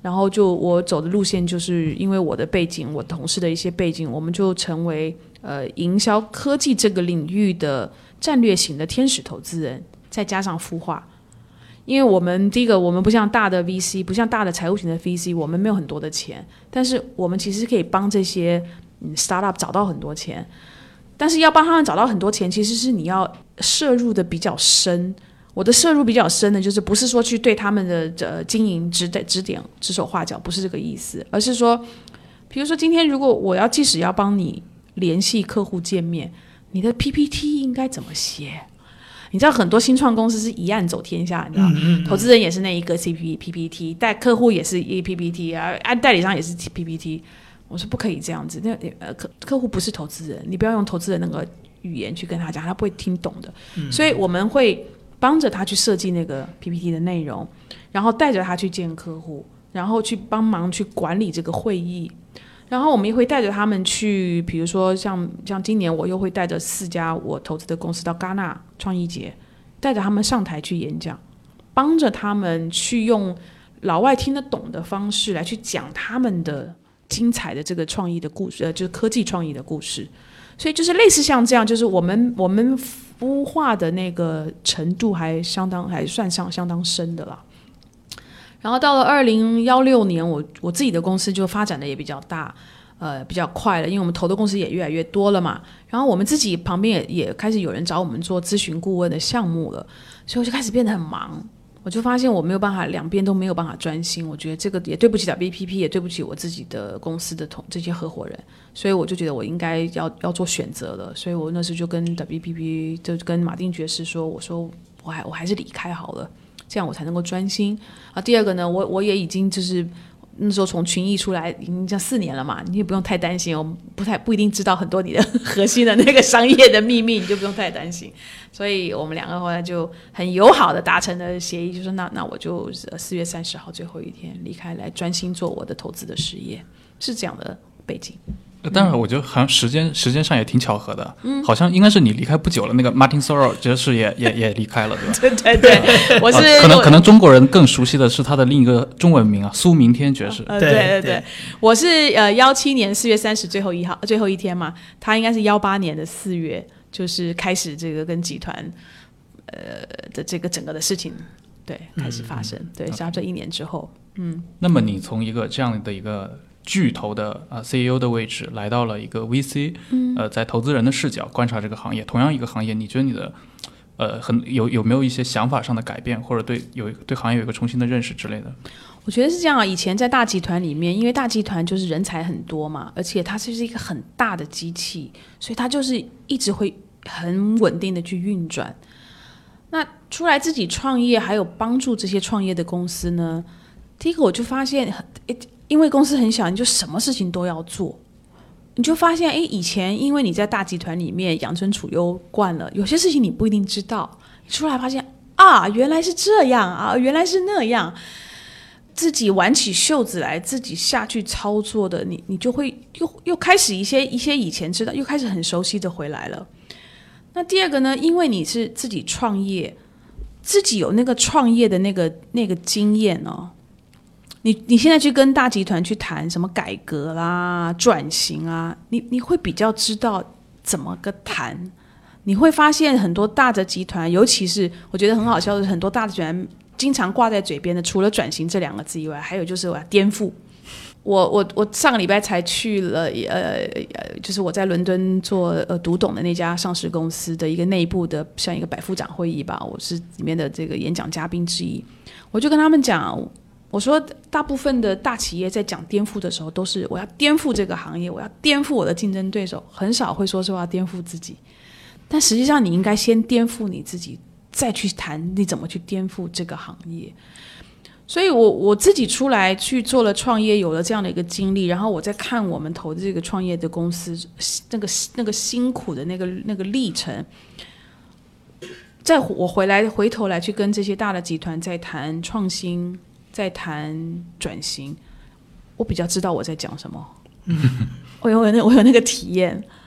然后我走的路线就是因为我的背景，我同事的一些背景，我们就成为营销科技这个领域的战略型的天使投资人，再加上孵化。因为我们第一个，我们不像大的 VC， 不像大的财务型的 VC， 我们没有很多的钱，但是我们其实可以帮这些startup 找到很多钱。但是要帮他们找到很多钱，其实是你要摄入的比较深。我的摄入比较深的，就是不是说去对他们的经营指点指手画脚，不是这个意思，而是说，比如说今天如果我即使要帮你联系客户见面，你的 PPT 应该怎么写？你知道很多新创公司是一案走天下，你知道，投资人也是那一个 PPT， 带客户也是一 PPT 啊，代理商也是 PPT。我说不可以这样子，客户不是投资人，你不要用投资人那个语言去跟他讲，他不会听懂的。所以我们会帮着他去设计那个 PPT 的内容，然后带着他去见客户，然后去帮忙去管理这个会议，然后我们也会带着他们去，比如说像今年我又会带着4家我投资的公司到戛纳创意节，带着他们上台去演讲，帮着他们去用老外听得懂的方式来去讲他们的精彩的这个创意的故事，就是科技创意的故事。所以就是类似像这样，就是我们孵化的那个程度还算上相当深的啦。然后到了2016年，我自己的公司就发展的也比较大，比较快了，因为我们投的公司也越来越多了嘛。然后我们自己旁边也开始有人找我们做咨询顾问的项目了，所以我就开始变得很忙。我就发现我没有办法，两边都没有办法专心。我觉得这个也对不起 WPP， 也对不起我自己的公司的这些合伙人，所以我就觉得我应该要做选择了。所以我那时候就跟 WPP 就跟马丁爵士说，我说我还是离开好了，这样我才能够专心啊。第二个呢，我也已经就是那时候从群益出来已经这样4年了嘛，你也不用太担心，我不一定知道很多你的核心的那个商业的秘密，你就不用太担心。所以我们2个后来就很友好的达成了协议，就说那我就4月30号最后一天离开，来专心做我的投资的事业，是这样的背景。 当然我觉得好像时间上也挺巧合的，好像应该是你离开不久了，那个 Martin Sorrell 爵士也离开了，对吧？ 对，我是、 可能中国人更熟悉的是他的另一个中文名啊，苏明天爵士。 对，我是17年4月30最后一天嘛，他应该是18年的4月，就是开始这个跟集团的这个整个的事情对开始发生，对，像这1年之后， 那么你从一个这样的一个巨头的CEO 的位置来到了一个 VC，在投资人的视角观察这个行业，同样一个行业，你觉得你的有没有一些想法上的改变，或者对行业有一个重新的认识之类的？ 我觉得是这样啊，以前在大集团里面，因为大集团就是人才很多嘛，而且它就是一个很大的机器，所以它就是一直会很稳定的去运转。那出来自己创业，还有帮助这些创业的公司呢，第一个我就发现因为公司很小，你就什么事情都要做，你就发现以前因为你在大集团里面养尊处优惯了，有些事情你不一定知道，出来发现啊原来是这样啊，原来是那样，自己挽起袖子来自己下去操作的，你就会又开始一些以前知道又开始很熟悉的回来了。那第二个呢，因为你是自己创业，自己有那个创业的那个经验哦，你现在去跟大集团去谈什么改革啦、转型啊，你会比较知道怎么个谈。你会发现很多大的集团，尤其是我觉得很好笑的是，很多大的集团经常挂在嘴边的，除了转型这2个字以外，还有就是我要颠覆。我上个礼拜才去了就是我在伦敦做读懂的那家上市公司的一个内部的像一个百夫长会议吧，我是里面的这个演讲嘉宾之一。我就跟他们讲，我说大部分的大企业在讲颠覆的时候，都是我要颠覆这个行业，我要颠覆我的竞争对手，很少会说是我要颠覆自己。但实际上你应该先颠覆你自己，再去谈你怎么去颠覆这个行业。所以我自己出来去做了创业，有了这样的一个经历，然后我在看我们投的这个创业的公司那个辛苦的那个历程，在我回头来去跟这些大的集团在谈创新，在谈转型，我比较知道我在讲什么，我有那个体验。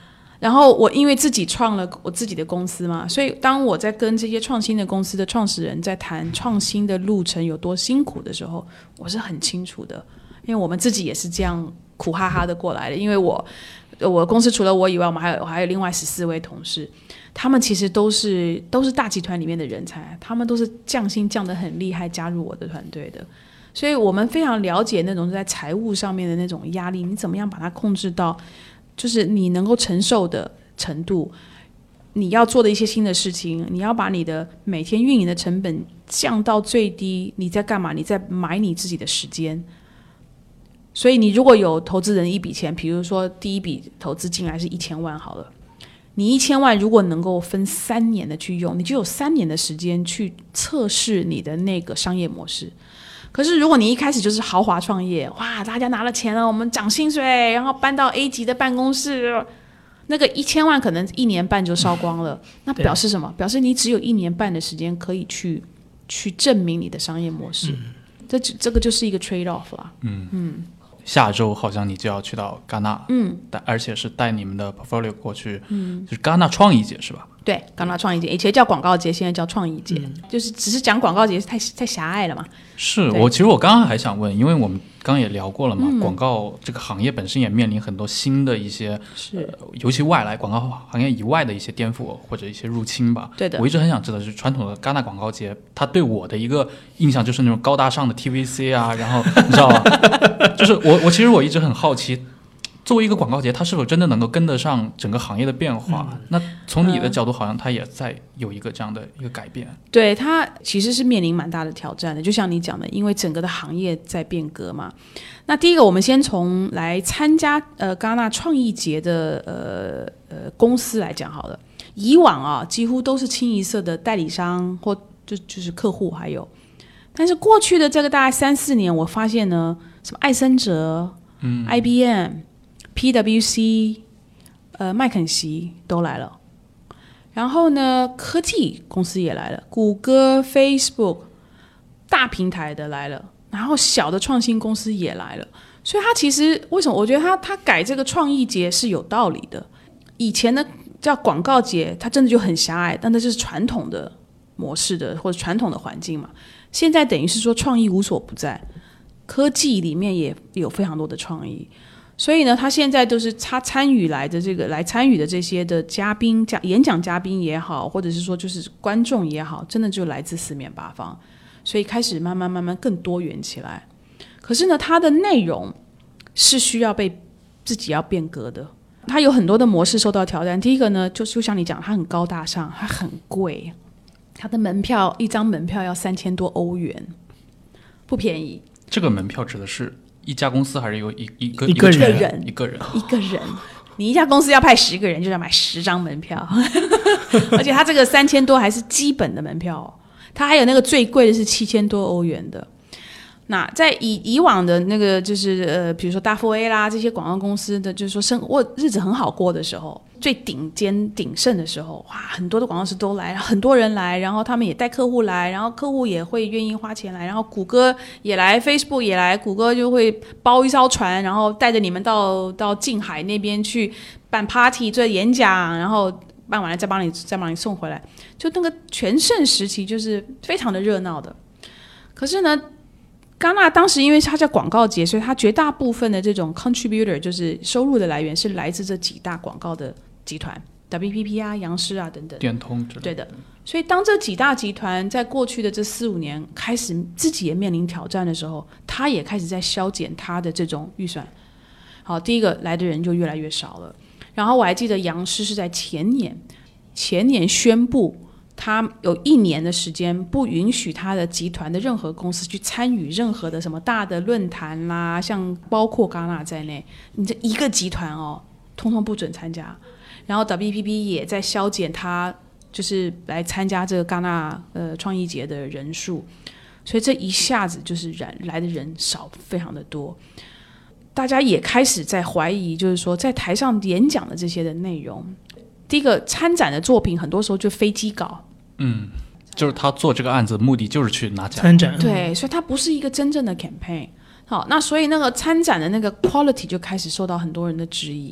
然后我因为自己创了我自己的公司嘛，所以当我在跟这些创新的公司的创始人在谈创新的路程有多辛苦的时候，我是很清楚的，因为我们自己也是这样苦哈哈的过来的。因为我公司除了我以外，我还有另外14位同事，他们其实都是大集团里面的人才，他们都是降薪降得很厉害加入我的团队的，所以我们非常了解那种在财务上面的那种压力，你怎么样把它控制到就是你能够承受的程度，你要做的一些新的事情，你要把你的每天运营的成本降到最低，你在干嘛？你在买你自己的时间。所以你如果有投资人一笔钱，比如说第一笔投资进来是1000万好了，你1000万如果能够分3年的去用，你就有3年的时间去测试你的那个商业模式。可是如果你一开始就是豪华创业，哇，大家拿了钱了，我们涨薪水，然后搬到 A 级的办公室，那个1000万可能1年半就烧光了，那表示什么？表示你只有1年半的时间可以去证明你的商业模式。这个就是一个 trade off 啦。 下周好像你就要去到戛纳，而且是带你们的 portfolio 过去，就是戛纳创意节是吧？ 对，戛纳创意节以前叫广告节，现在叫创意节，就是只是讲广告节太狭隘了嘛。 是其实我刚刚还想问，因为我们刚刚也聊过了嘛，广告这个行业本身也面临很多新的一些，尤其外来广告行业以外的一些颠覆或者一些入侵吧。对的，我一直很想知道，就是传统的戛纳广告节，它对我的一个印象就是那种高大上的 TVC 啊，然后你知道吗？就是我其实我一直很好奇，作为一个广告节，它是否真的能够跟得上整个行业的变化？那从你的角度，好像它也在有一个这样的一个改变。 对，它其实是面临蛮大的挑战的，就像你讲的，因为整个的行业在变革嘛。那第一个，我们先从来参加戛纳创意节的公司来讲好了。以往啊，几乎都是清一色的代理商或就是客户，还有，但是过去的这个大概3-4年，我发现呢，什么艾森哲、IBM、PwC、麦肯锡都来了，然后呢，科技公司也来了，谷歌、Facebook 大平台的来了，然后小的创新公司也来了。所以他其实为什么我觉得他改这个创意节是有道理的。以前的叫广告节，它真的就很狭隘，但那就是传统的模式的或者传统的环境嘛。现在等于是说创意无所不在，科技里面也有非常多的创意。所以呢，他现在都是他参与来的来参与的这些的嘉宾、演讲嘉宾也好，或者是说就是观众也好，真的就来自四面八方，所以开始慢慢更多元起来。可是呢，它的内容是需要被自己要变革的，它有很多的模式受到挑战。第一个呢，就像你讲，它很高大上，它很贵，它的门票一张门票要3000多欧元，不便宜。 这个门票指的是一家公司还是有一个人？ 一个人。 你一家公司要派10个人，就要买10张门票，而且它这个3000多还是基本的门票，它还有那个最贵的是7000多欧元的。那在以往的那个就是比如说大富 A 啦这些广告公司的，就是说日子很好过的时候，最鼎盛的时候，哇，很多的广告师都来，很多人来，然后他们也带客户来，然后客户也会愿意花钱来，然后谷歌也来 Facebook 也来，谷歌就会包一艘船，然后带着你们到近海那边去办 party 做演讲，然后办完了再帮你送回来，就那个全盛时期就是非常的热闹的。可是呢，戛纳当时因为它叫广告节，所以它绝大部分的这种 contributor 就是收入的来源是来自这几大广告的集团 WPP 啊、杨狮啊等等， 电通之类的。 对的。所以当这几大集团在过去的这4-5年开始自己也面临挑战的时候，它也开始在削减它的这种预算。好，第一个来的人就越来越少了。然后我还记得杨狮是在前年宣布，他有1年的时间不允许他的集团的任何公司去参与任何的什么大的论坛啦，像包括戛纳在内，你这一个集团通通不准参加。然后 WPP 也在削减他就是来参加这个戛纳创意节的人数，所以这一下子就是来的人少非常的多。大家也开始在怀疑，就是说在台上演讲的这些的内容，第一个参展的作品很多时候就飞机稿， 就是他做这个案子目的就是去拿奖参展， 对，所以它不是一个真正的 campaign。好，那所以那个参展的那个 quality 就开始受到很多人的质疑。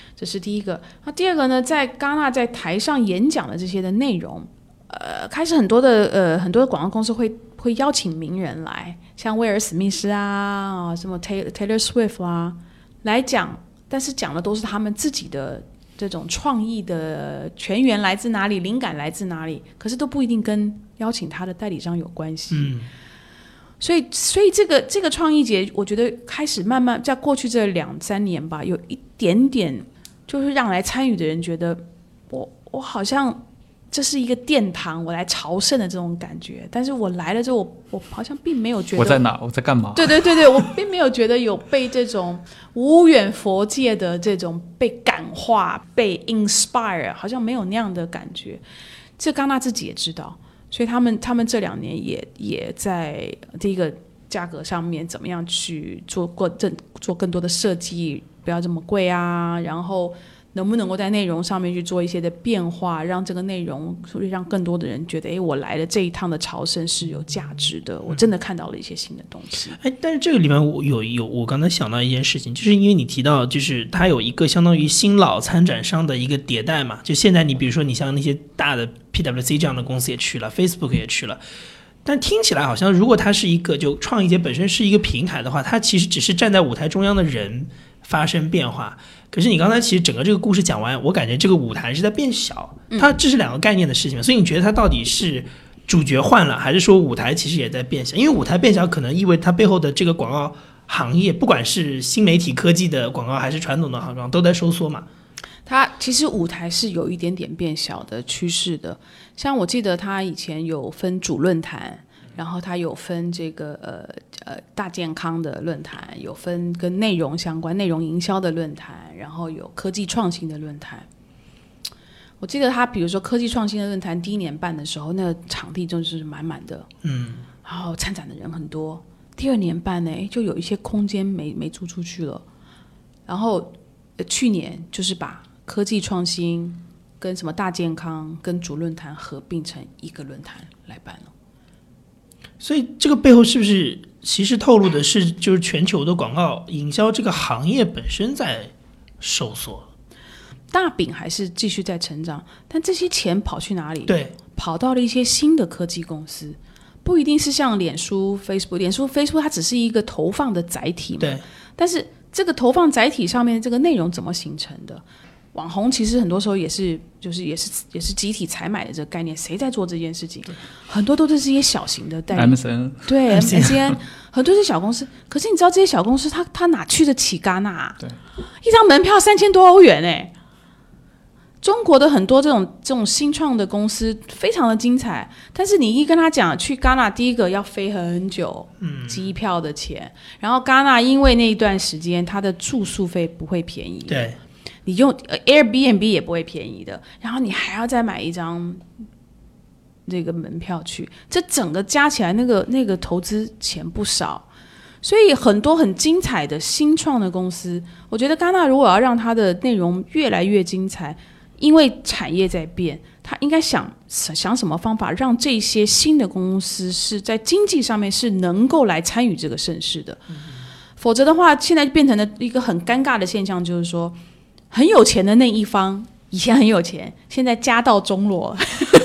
这是第一个。那第二个呢，在戛纳在台上演讲的这些的内容，开始很多的广告公司会邀请名人来，像威尔史密斯啊，什么 Taylor Swift 啊来讲，但是讲的都是他们自己的这种创意的泉源来自哪里，灵感来自哪里，可是都不一定跟邀请他的代理商有关系。所以这个创意节，我觉得开始慢慢在过去这2-3年吧，有一点点就是让来参与的人觉得我好像这是一个殿堂，我来朝圣的这种感觉。但是我来了之后，我好像并没有觉得我在哪，我在干嘛。 对，我并没有觉得有被这种无远弗届的这种被感化、被 inspire， 好像没有那样的感觉。这戛纳自己也知道。所以他们这2年也在第一个价格上面怎么样去做更多的设计，不要这么贵啊，然后能不能够在内容上面去做一些的变化，让这个内容会让更多的人觉得，我来了这一趟的朝圣是有价值的，我真的看到了一些新的东西。 但是这个里面我刚才想到一件事情，就是因为你提到就是它有一个相当于新老参展商的一个迭代嘛，就现在你比如说你像那些大的 PwC 这样的公司也去了， Facebook 也去了，但听起来好像如果它是一个就创意节本身是一个平台的话，它其实只是站在舞台中央的人发生变化。可是你刚才其实整个这个故事讲完，我感觉这个舞台是在变小，它这是2个概念的事情，所以你觉得它到底是主角换了，还是说舞台其实也在变小？因为舞台变小可能意味着它背后的这个广告行业，不管是新媒体科技的广告还是传统的广告都在收缩嘛。 它其实舞台是有一点点变小的趋势的，像我记得它以前有分主论坛，然后它有分这个大健康的论坛，有分跟内容相关内容营销的论坛，然后有科技创新的论坛。我记得它比如说科技创新的论坛第1年办的时候，那个场地就是满满的，然后参展的人很多。第2年办呢，就有一些空间没租出去了，然后去年就是把科技创新跟什么大健康跟主论坛合并成一个论坛来办了。 所以这个背后是不是其实透露的是就是全球的广告营销这个行业本身在收缩？ 大饼还是继续在成长，但这些钱跑去哪里？ 对， 跑到了一些新的科技公司，不一定是像脸书 Facebook 它只是一个投放的载体嘛。 对， 但是这个投放载体上面这个内容怎么形成的？网红其实很多时候也是集体采买的这个概念，谁在做这件事情？很多都是这些小型的代理 MCN， 对 MCN， 很多是小公司。可是你知道这些小公司他哪去得起戛纳啊？ 对， 一张门票3000多欧元哎。中国的很多这种新创的公司非常的精彩，但是你一跟他讲去戛纳，第一个要飞很久，机票的钱，然后戛纳因为那一段时间它的住宿费不会便宜， 对， 你用 Airbnb 也不会便宜的，然后你还要再买一张这个门票去，这整个加起来那个投资钱不少。所以很多很精彩的新创的公司，我觉得戛纳如果要让它的内容越来越精彩，因为产业在变，他应该想什么方法让这些新的公司是在经济上面是能够来参与这个盛事的。否则的话，现在变成了一个很尴尬的现象，就是说很有钱的那一方以前很有钱，现在家道中落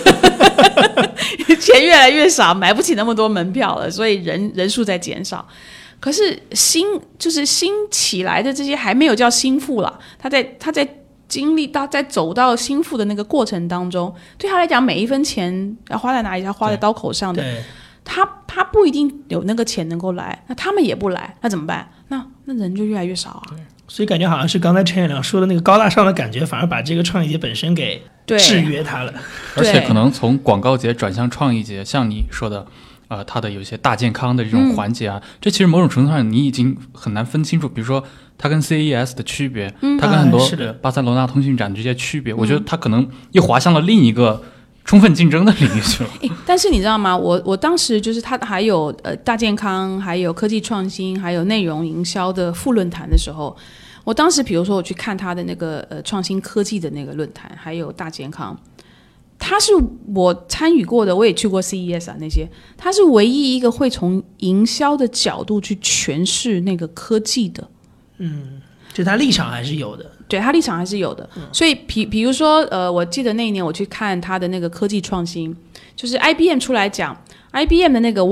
钱越来越少，买不起那么多门票了，所以人数在减少。可是新起来的这些还没有叫新富啦，他在经历到在走到新富的那个过程当中，对他来讲每一分钱要花在哪里，他花在刀口上的，他不一定有那个钱能够来，那他们也不来，那怎么办？那人就越来越少啊。 所以感觉好像是刚才陈彦良说的那个高大上的感觉，反而把这个创意节本身给制约它了。 而且可能从广告节转向创意节，像你说的它的有一些大健康的这种环节啊，这其实某种程度上你已经很难分清楚，比如说它跟 CES 的区别，它跟很多巴塞罗那通讯展这些区别，我觉得它可能又滑向了另一个充分竞争的领域去了。 但是你知道吗？我当时就是它还有大健康，还有科技创新，还有内容营销的副论坛的时候，我当时比如说我去看它的那个创新科技的那个论坛，还有大健康。他是我参与过的，我也去过 CES 啊那些，他是唯一一个会从营销的角度去诠释那个科技的。 就他立场还是有的。 对，他立场还是有的。所以比如说我记得那一年我去看他的那个科技创新，就是 IBM 出来讲 IBM 的那个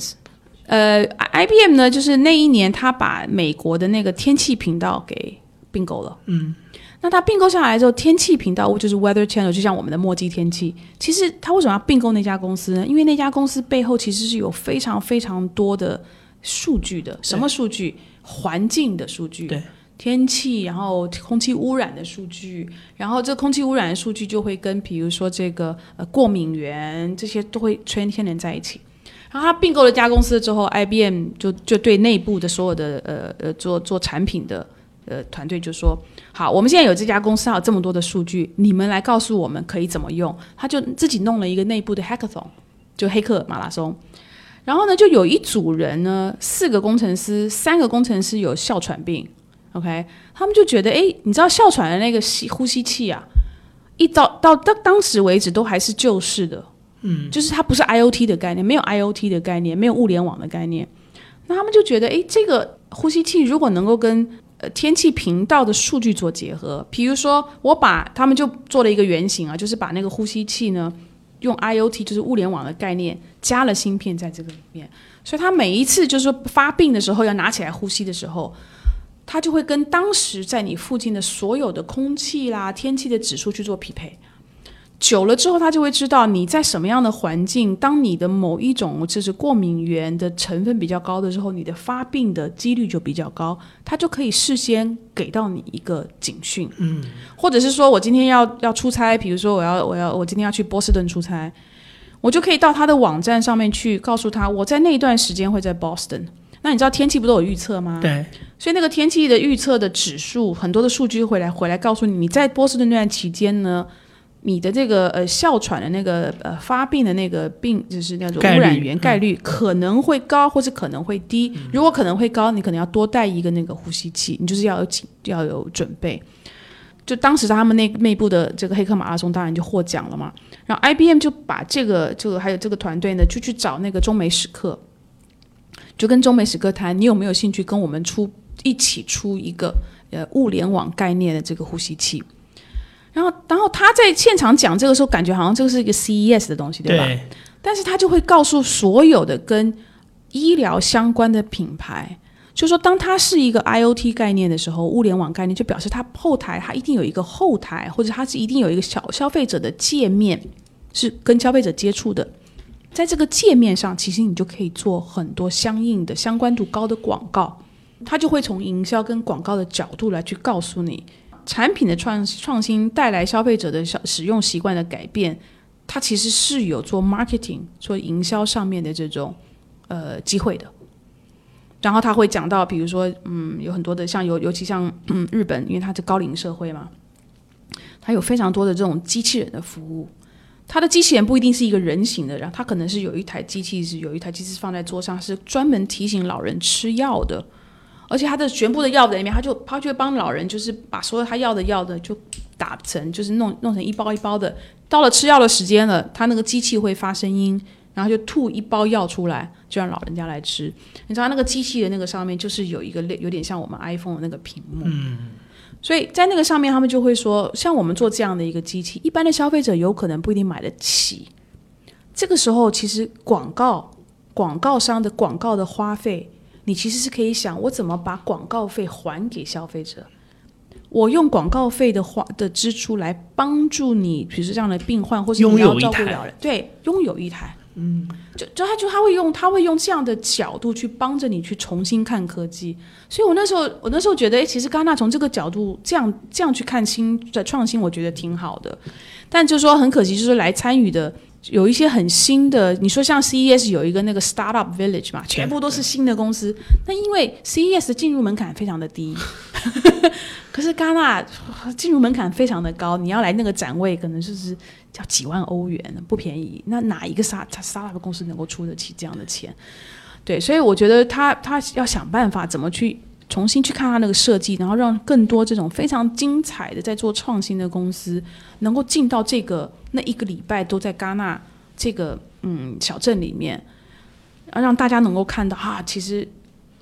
Watsons，IBM 呢就是那一年他把美国的那个天气频道给并购了。那他并购下来之后，天气频道就是 Weather Channel， 就像我们的墨迹天气。其实他为什么要并购那家公司呢？因为那家公司背后其实是有非常非常多的数据的。什么数据？环境的数据。 对。 天气，然后空气污染的数据，然后这空气污染的数据就会跟比如说这个过敏源这些都会牵连在一起。然后他并购了家公司之后 ，IBM 就对内部的所有的做产品的团队就说，好，我们现在有这家公司还有这么多的数据，你们来告诉我们可以怎么用。他就自己弄了一个内部的 hackathon， 就黑客马拉松。然后呢，就有一组人呢，4个工程师，3个工程师有哮喘病。OK， 他们就觉得，你知道哮喘的那个呼吸器啊，到当时为止都还是旧式的，就是它不是 IoT 的概念，没有 IoT 的概念，没有物联网的概念。那他们就觉得，这个呼吸器如果能够跟天气频道的数据做结合，比如说他们就做了一个原型啊，就是把那个呼吸器呢用 IoT 就是物联网的概念加了芯片在这个里面，所以他每一次就是说发病的时候要拿起来呼吸的时候。它就会跟当时在你附近的所有的空气啦、天气的指数去做匹配。久了之后，它就会知道你在什么样的环境，当你的某一种就是过敏源的成分比较高的时候，你的发病的几率就比较高，它就可以事先给到你一个警讯。或者是说我今天要出差，比如说我今天要去波士顿出差，我就可以到他的网站上面去告诉他，我在那一段时间会在 Boston。那你知道天气不都有预测吗？ 对， 所以那个天气的预测的指数，很多的数据回来告诉你，你在波士顿那段期间呢，你的这个哮喘的那个发病的那个病，就是那种污染源概率可能会高，或是可能会低。如果可能会高，你可能要多带一个那个呼吸器，你就是要有准备。就当时他们内部的这个黑客马拉松当然就获奖了嘛，然后 IBM 就把这个还有这个团队呢，就去找那个中美史克。就跟中美史克谈，你有没有兴趣跟我们一起出一个物联网概念的这个呼吸器？然后他在现场讲这个时候，感觉好像这个是一个 CES 的东西，对吧？对。但是他就会告诉所有的跟医疗相关的品牌，就是说当它是一个 IoT 概念的时候，物联网概念就表示它后台它一定有一个后台，或者它是一定有一个消费者的界面是跟消费者接触的。在这个界面上，其实你就可以做很多相应的相关度高的广告，它就会从营销跟广告的角度来去告诉你，产品的创新带来消费者的使用习惯的改变，它其实是有做 marketing 做营销上面的这种机会的。然后他会讲到，比如说有很多的尤其像日本，因为它是高龄社会嘛，它有非常多的这种机器人的服务。它的机器人不一定是一个人形的，然后它可能是有一台机器放在桌上，是专门提醒老人吃药的，而且它的全部的药在里面，它就会帮老人就是把所有他要的药的就打成就是弄成一包一包的，到了吃药的时间了，它那个机器会发声音，然后就吐一包药出来，就让老人家来吃。你知道那个机器的那个上面就是有一个有点像我们 iPhone 的那个屏幕。所以在那个上面他们就会说，像我们做这样的一个机器，一般的消费者有可能不一定买得起。这个时候其实广告商的广告的花费，你其实是可以想，我怎么把广告费还给消费者，我用广告费的支出来帮助你，比如说这样的病患，或是你要照顾老人，对，拥有一台。他会用这样的角度去帮着你去重新看科技，所以我那时候觉得，其实戛纳从这个角度这样去看新的创新，我觉得挺好的。但就是说很可惜，就是来参与的有一些很新的，你说像 CES 有一个那个 Startup Village 嘛，全部都是新的公司。那因为 CES 的进入门槛非常的低，可是戛纳进入门槛非常的高，你要来那个展位可能就是要几万欧元，不便宜。那哪一个 Startup 公司能够出得起这样的钱？对，所以我觉得他要想办法怎么去重新去看他那个设计，然后让更多这种非常精彩的在做创新的公司能够进到那一个礼拜都在戛纳这个小镇里面，让大家能够看到其实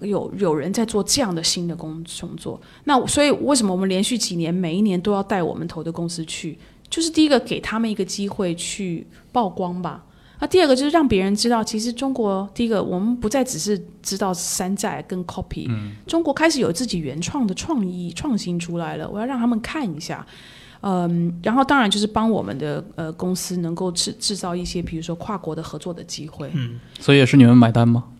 有人在做这样的新的工作。那所以为什么我们连续几年每一年都要带我们投的公司去，就是第一个给他们一个机会去曝光吧。那第二个就是让别人知道，其实中国第一个我们不再只是知道山寨跟 copy，中国开始有自己原创的创意创新出来了，我要让他们看一下。然后当然就是帮我们的公司能够制造一些比如说跨国的合作的机会。 所以也是你们买单吗？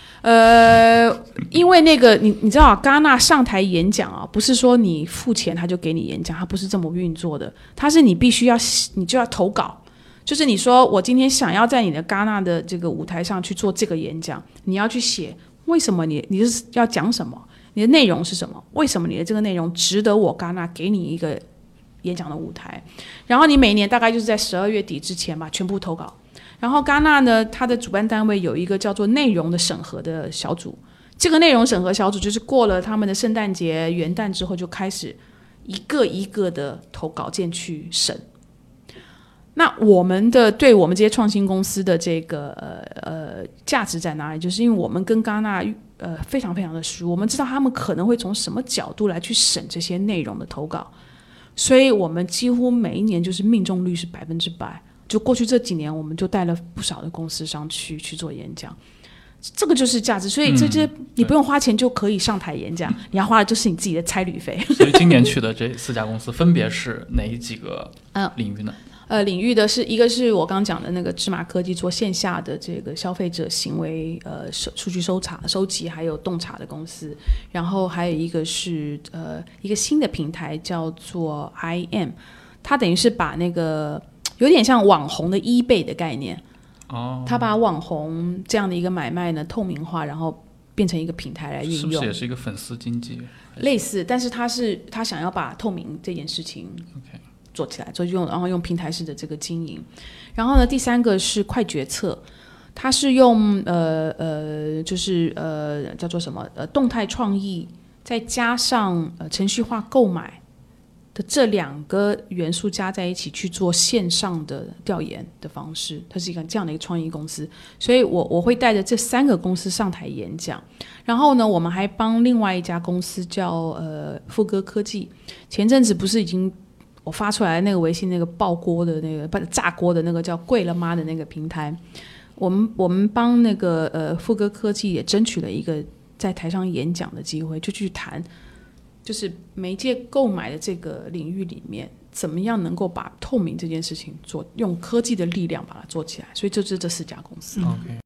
因为那个你知道戛纳上台演讲啊，不是说你付钱他就给你演讲，他不是这么运作的，他是你必须你就要投稿。就是你说我今天想要在你的戛纳的这个舞台上去做这个演讲，你要去写为什么你是要讲什么，你的内容是什么，为什么你的这个内容值得我戛纳给你一个演讲的舞台。然后你每年大概就是在12月底之前吧全部投稿。然后戛纳呢，它的主办单位有一个叫做内容的审核的小组，这个内容审核小组就是过了他们的圣诞节元旦之后就开始一个一个的投稿件去审。那对我们这些创新公司的这个价值在哪里？就是因为我们跟戛纳非常非常的熟，我们知道他们可能会从什么角度来去审这些内容的投稿，所以我们几乎每一年就是命中率是100%。就过去这几年，我们就带了不少的公司上去做演讲，这个就是价值。所以这些你不用花钱就可以上台演讲，你要花的就是你自己的差旅费。 所以今年去的这4家公司分别是哪几个领域呢？ 领域的是一个是我刚刚讲的那个芝麻科技做线下的这个消费者行为数据收集还有洞察的公司，然后还有一个是一个新的平台叫做 IM， 它等于是把那个有点像网红的 eBay 的概念，它把网红这样的一个买卖呢透明化，然后变成一个平台来运用。 是不是也是一个粉丝经济？ 类似，但是他想要把透明这件事情做起来，然后用平台式的这个经营。然后呢，第三个是快决策，它是用就是叫做什么动态创意，再加上程序化购买的这2个元素加在一起去做线上的调研的方式，它是一个这样的一个创意公司。所以我会带着这3个公司上台演讲。然后呢，我们还帮另外一家公司叫富哥科技，前阵子不是已经我发出来那个微信那个爆锅的那个炸锅的那个叫贵了妈的那个平台，我们帮那个富哥科技也争取了一个在台上演讲的机会，就去谈就是媒介购买的这个领域里面怎么样能够把透明这件事情用科技的力量把它做起来。所以就是这4家公司。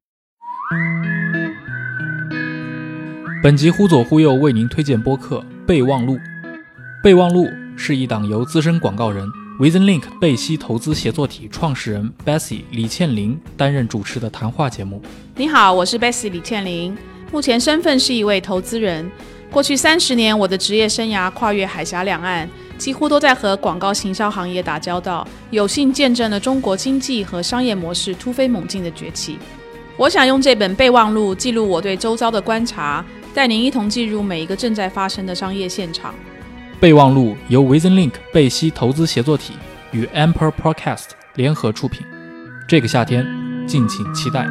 本集忽左忽右为您推荐播客备忘录。备忘录是一档由资深广告人 VisionLink 贝西投资协作体创始人 Bessie 李倩玲担任主持的谈话节目。 你好，我是 Bessie 李倩玲，目前身份是一位投资人。过去30年，我的职业生涯跨越海峡两岸，几乎都在和广告行销行业打交道，有幸见证了中国经济和商业模式突飞猛进的崛起。我想用这本备忘录记录我对周遭的观察，带您一同进入每一个正在发生的商业现场。 备忘录由 VisionLink 贝西投资协作体与 Amper Podcast 联合出品，这个夏天敬请期待。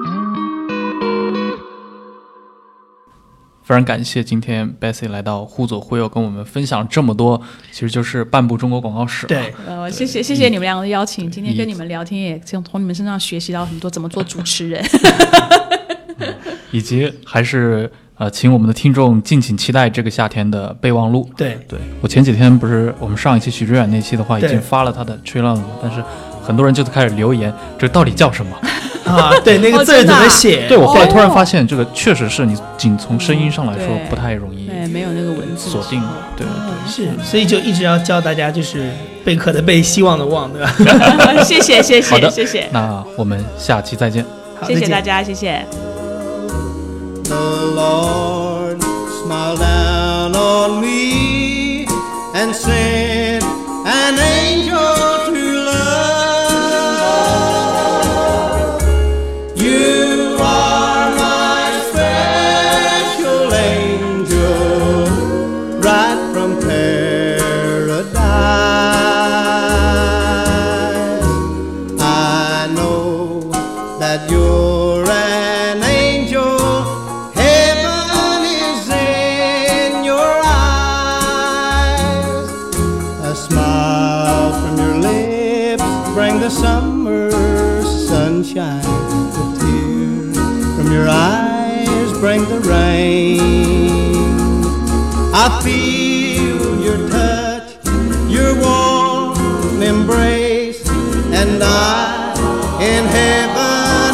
非常感谢今天 Bessie 来到忽左忽右跟我们分享这么多，其实就是半部中国广告史。 对，谢谢你们2个的邀请，今天跟你们聊天也从你们身上学习到很多怎么做主持人， 以及还是请我们的听众敬请期待这个夏天的备忘录。 对， 我前几天不是我们上一期许知远那期的话已经发了他的 trailer 了，但是很多人就开始留言，这到底叫什么？ 对，那个字怎么写？ 对，我后来突然发现，这个确实是你仅从声音上来说不太容易， 对，没有那个文字锁定。对， 是，所以就一直要教大家，就是贝壳的贝，希望的望，对吧？ 谢谢。 好的，谢谢。那我们下期再见。 谢谢大家，谢谢。 The Lord smiled down on me and sent an angel to love. You are my special angel, right from paradise. I know that you're an angel. Heaven the summer sunshine. The tears from your eyes bring the rain. I feel your touch, your warm embrace, and I'm in heaven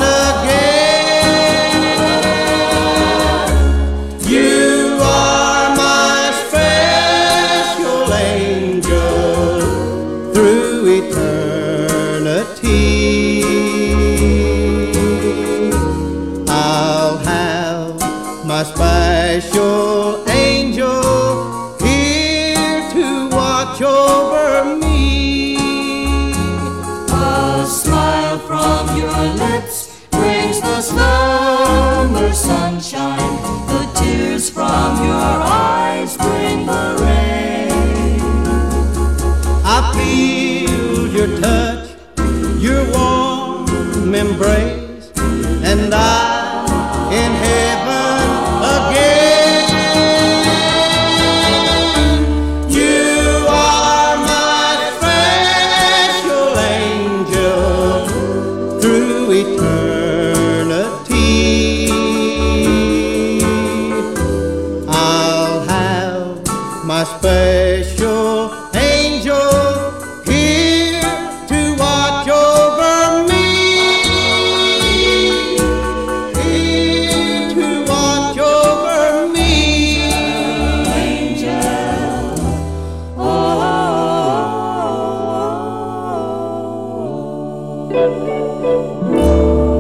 again. You are my special angel through eternity. I'll have my special angel here to watch over me. A smile from your lips brings the summer sunshine. The tears from your eyes bring the rain. I feel your touch, your warm embrace, and I'm in heaven again. You are my special angel through eternity. I'll have my special angel here to watch over me. Here to watch over me. Oh.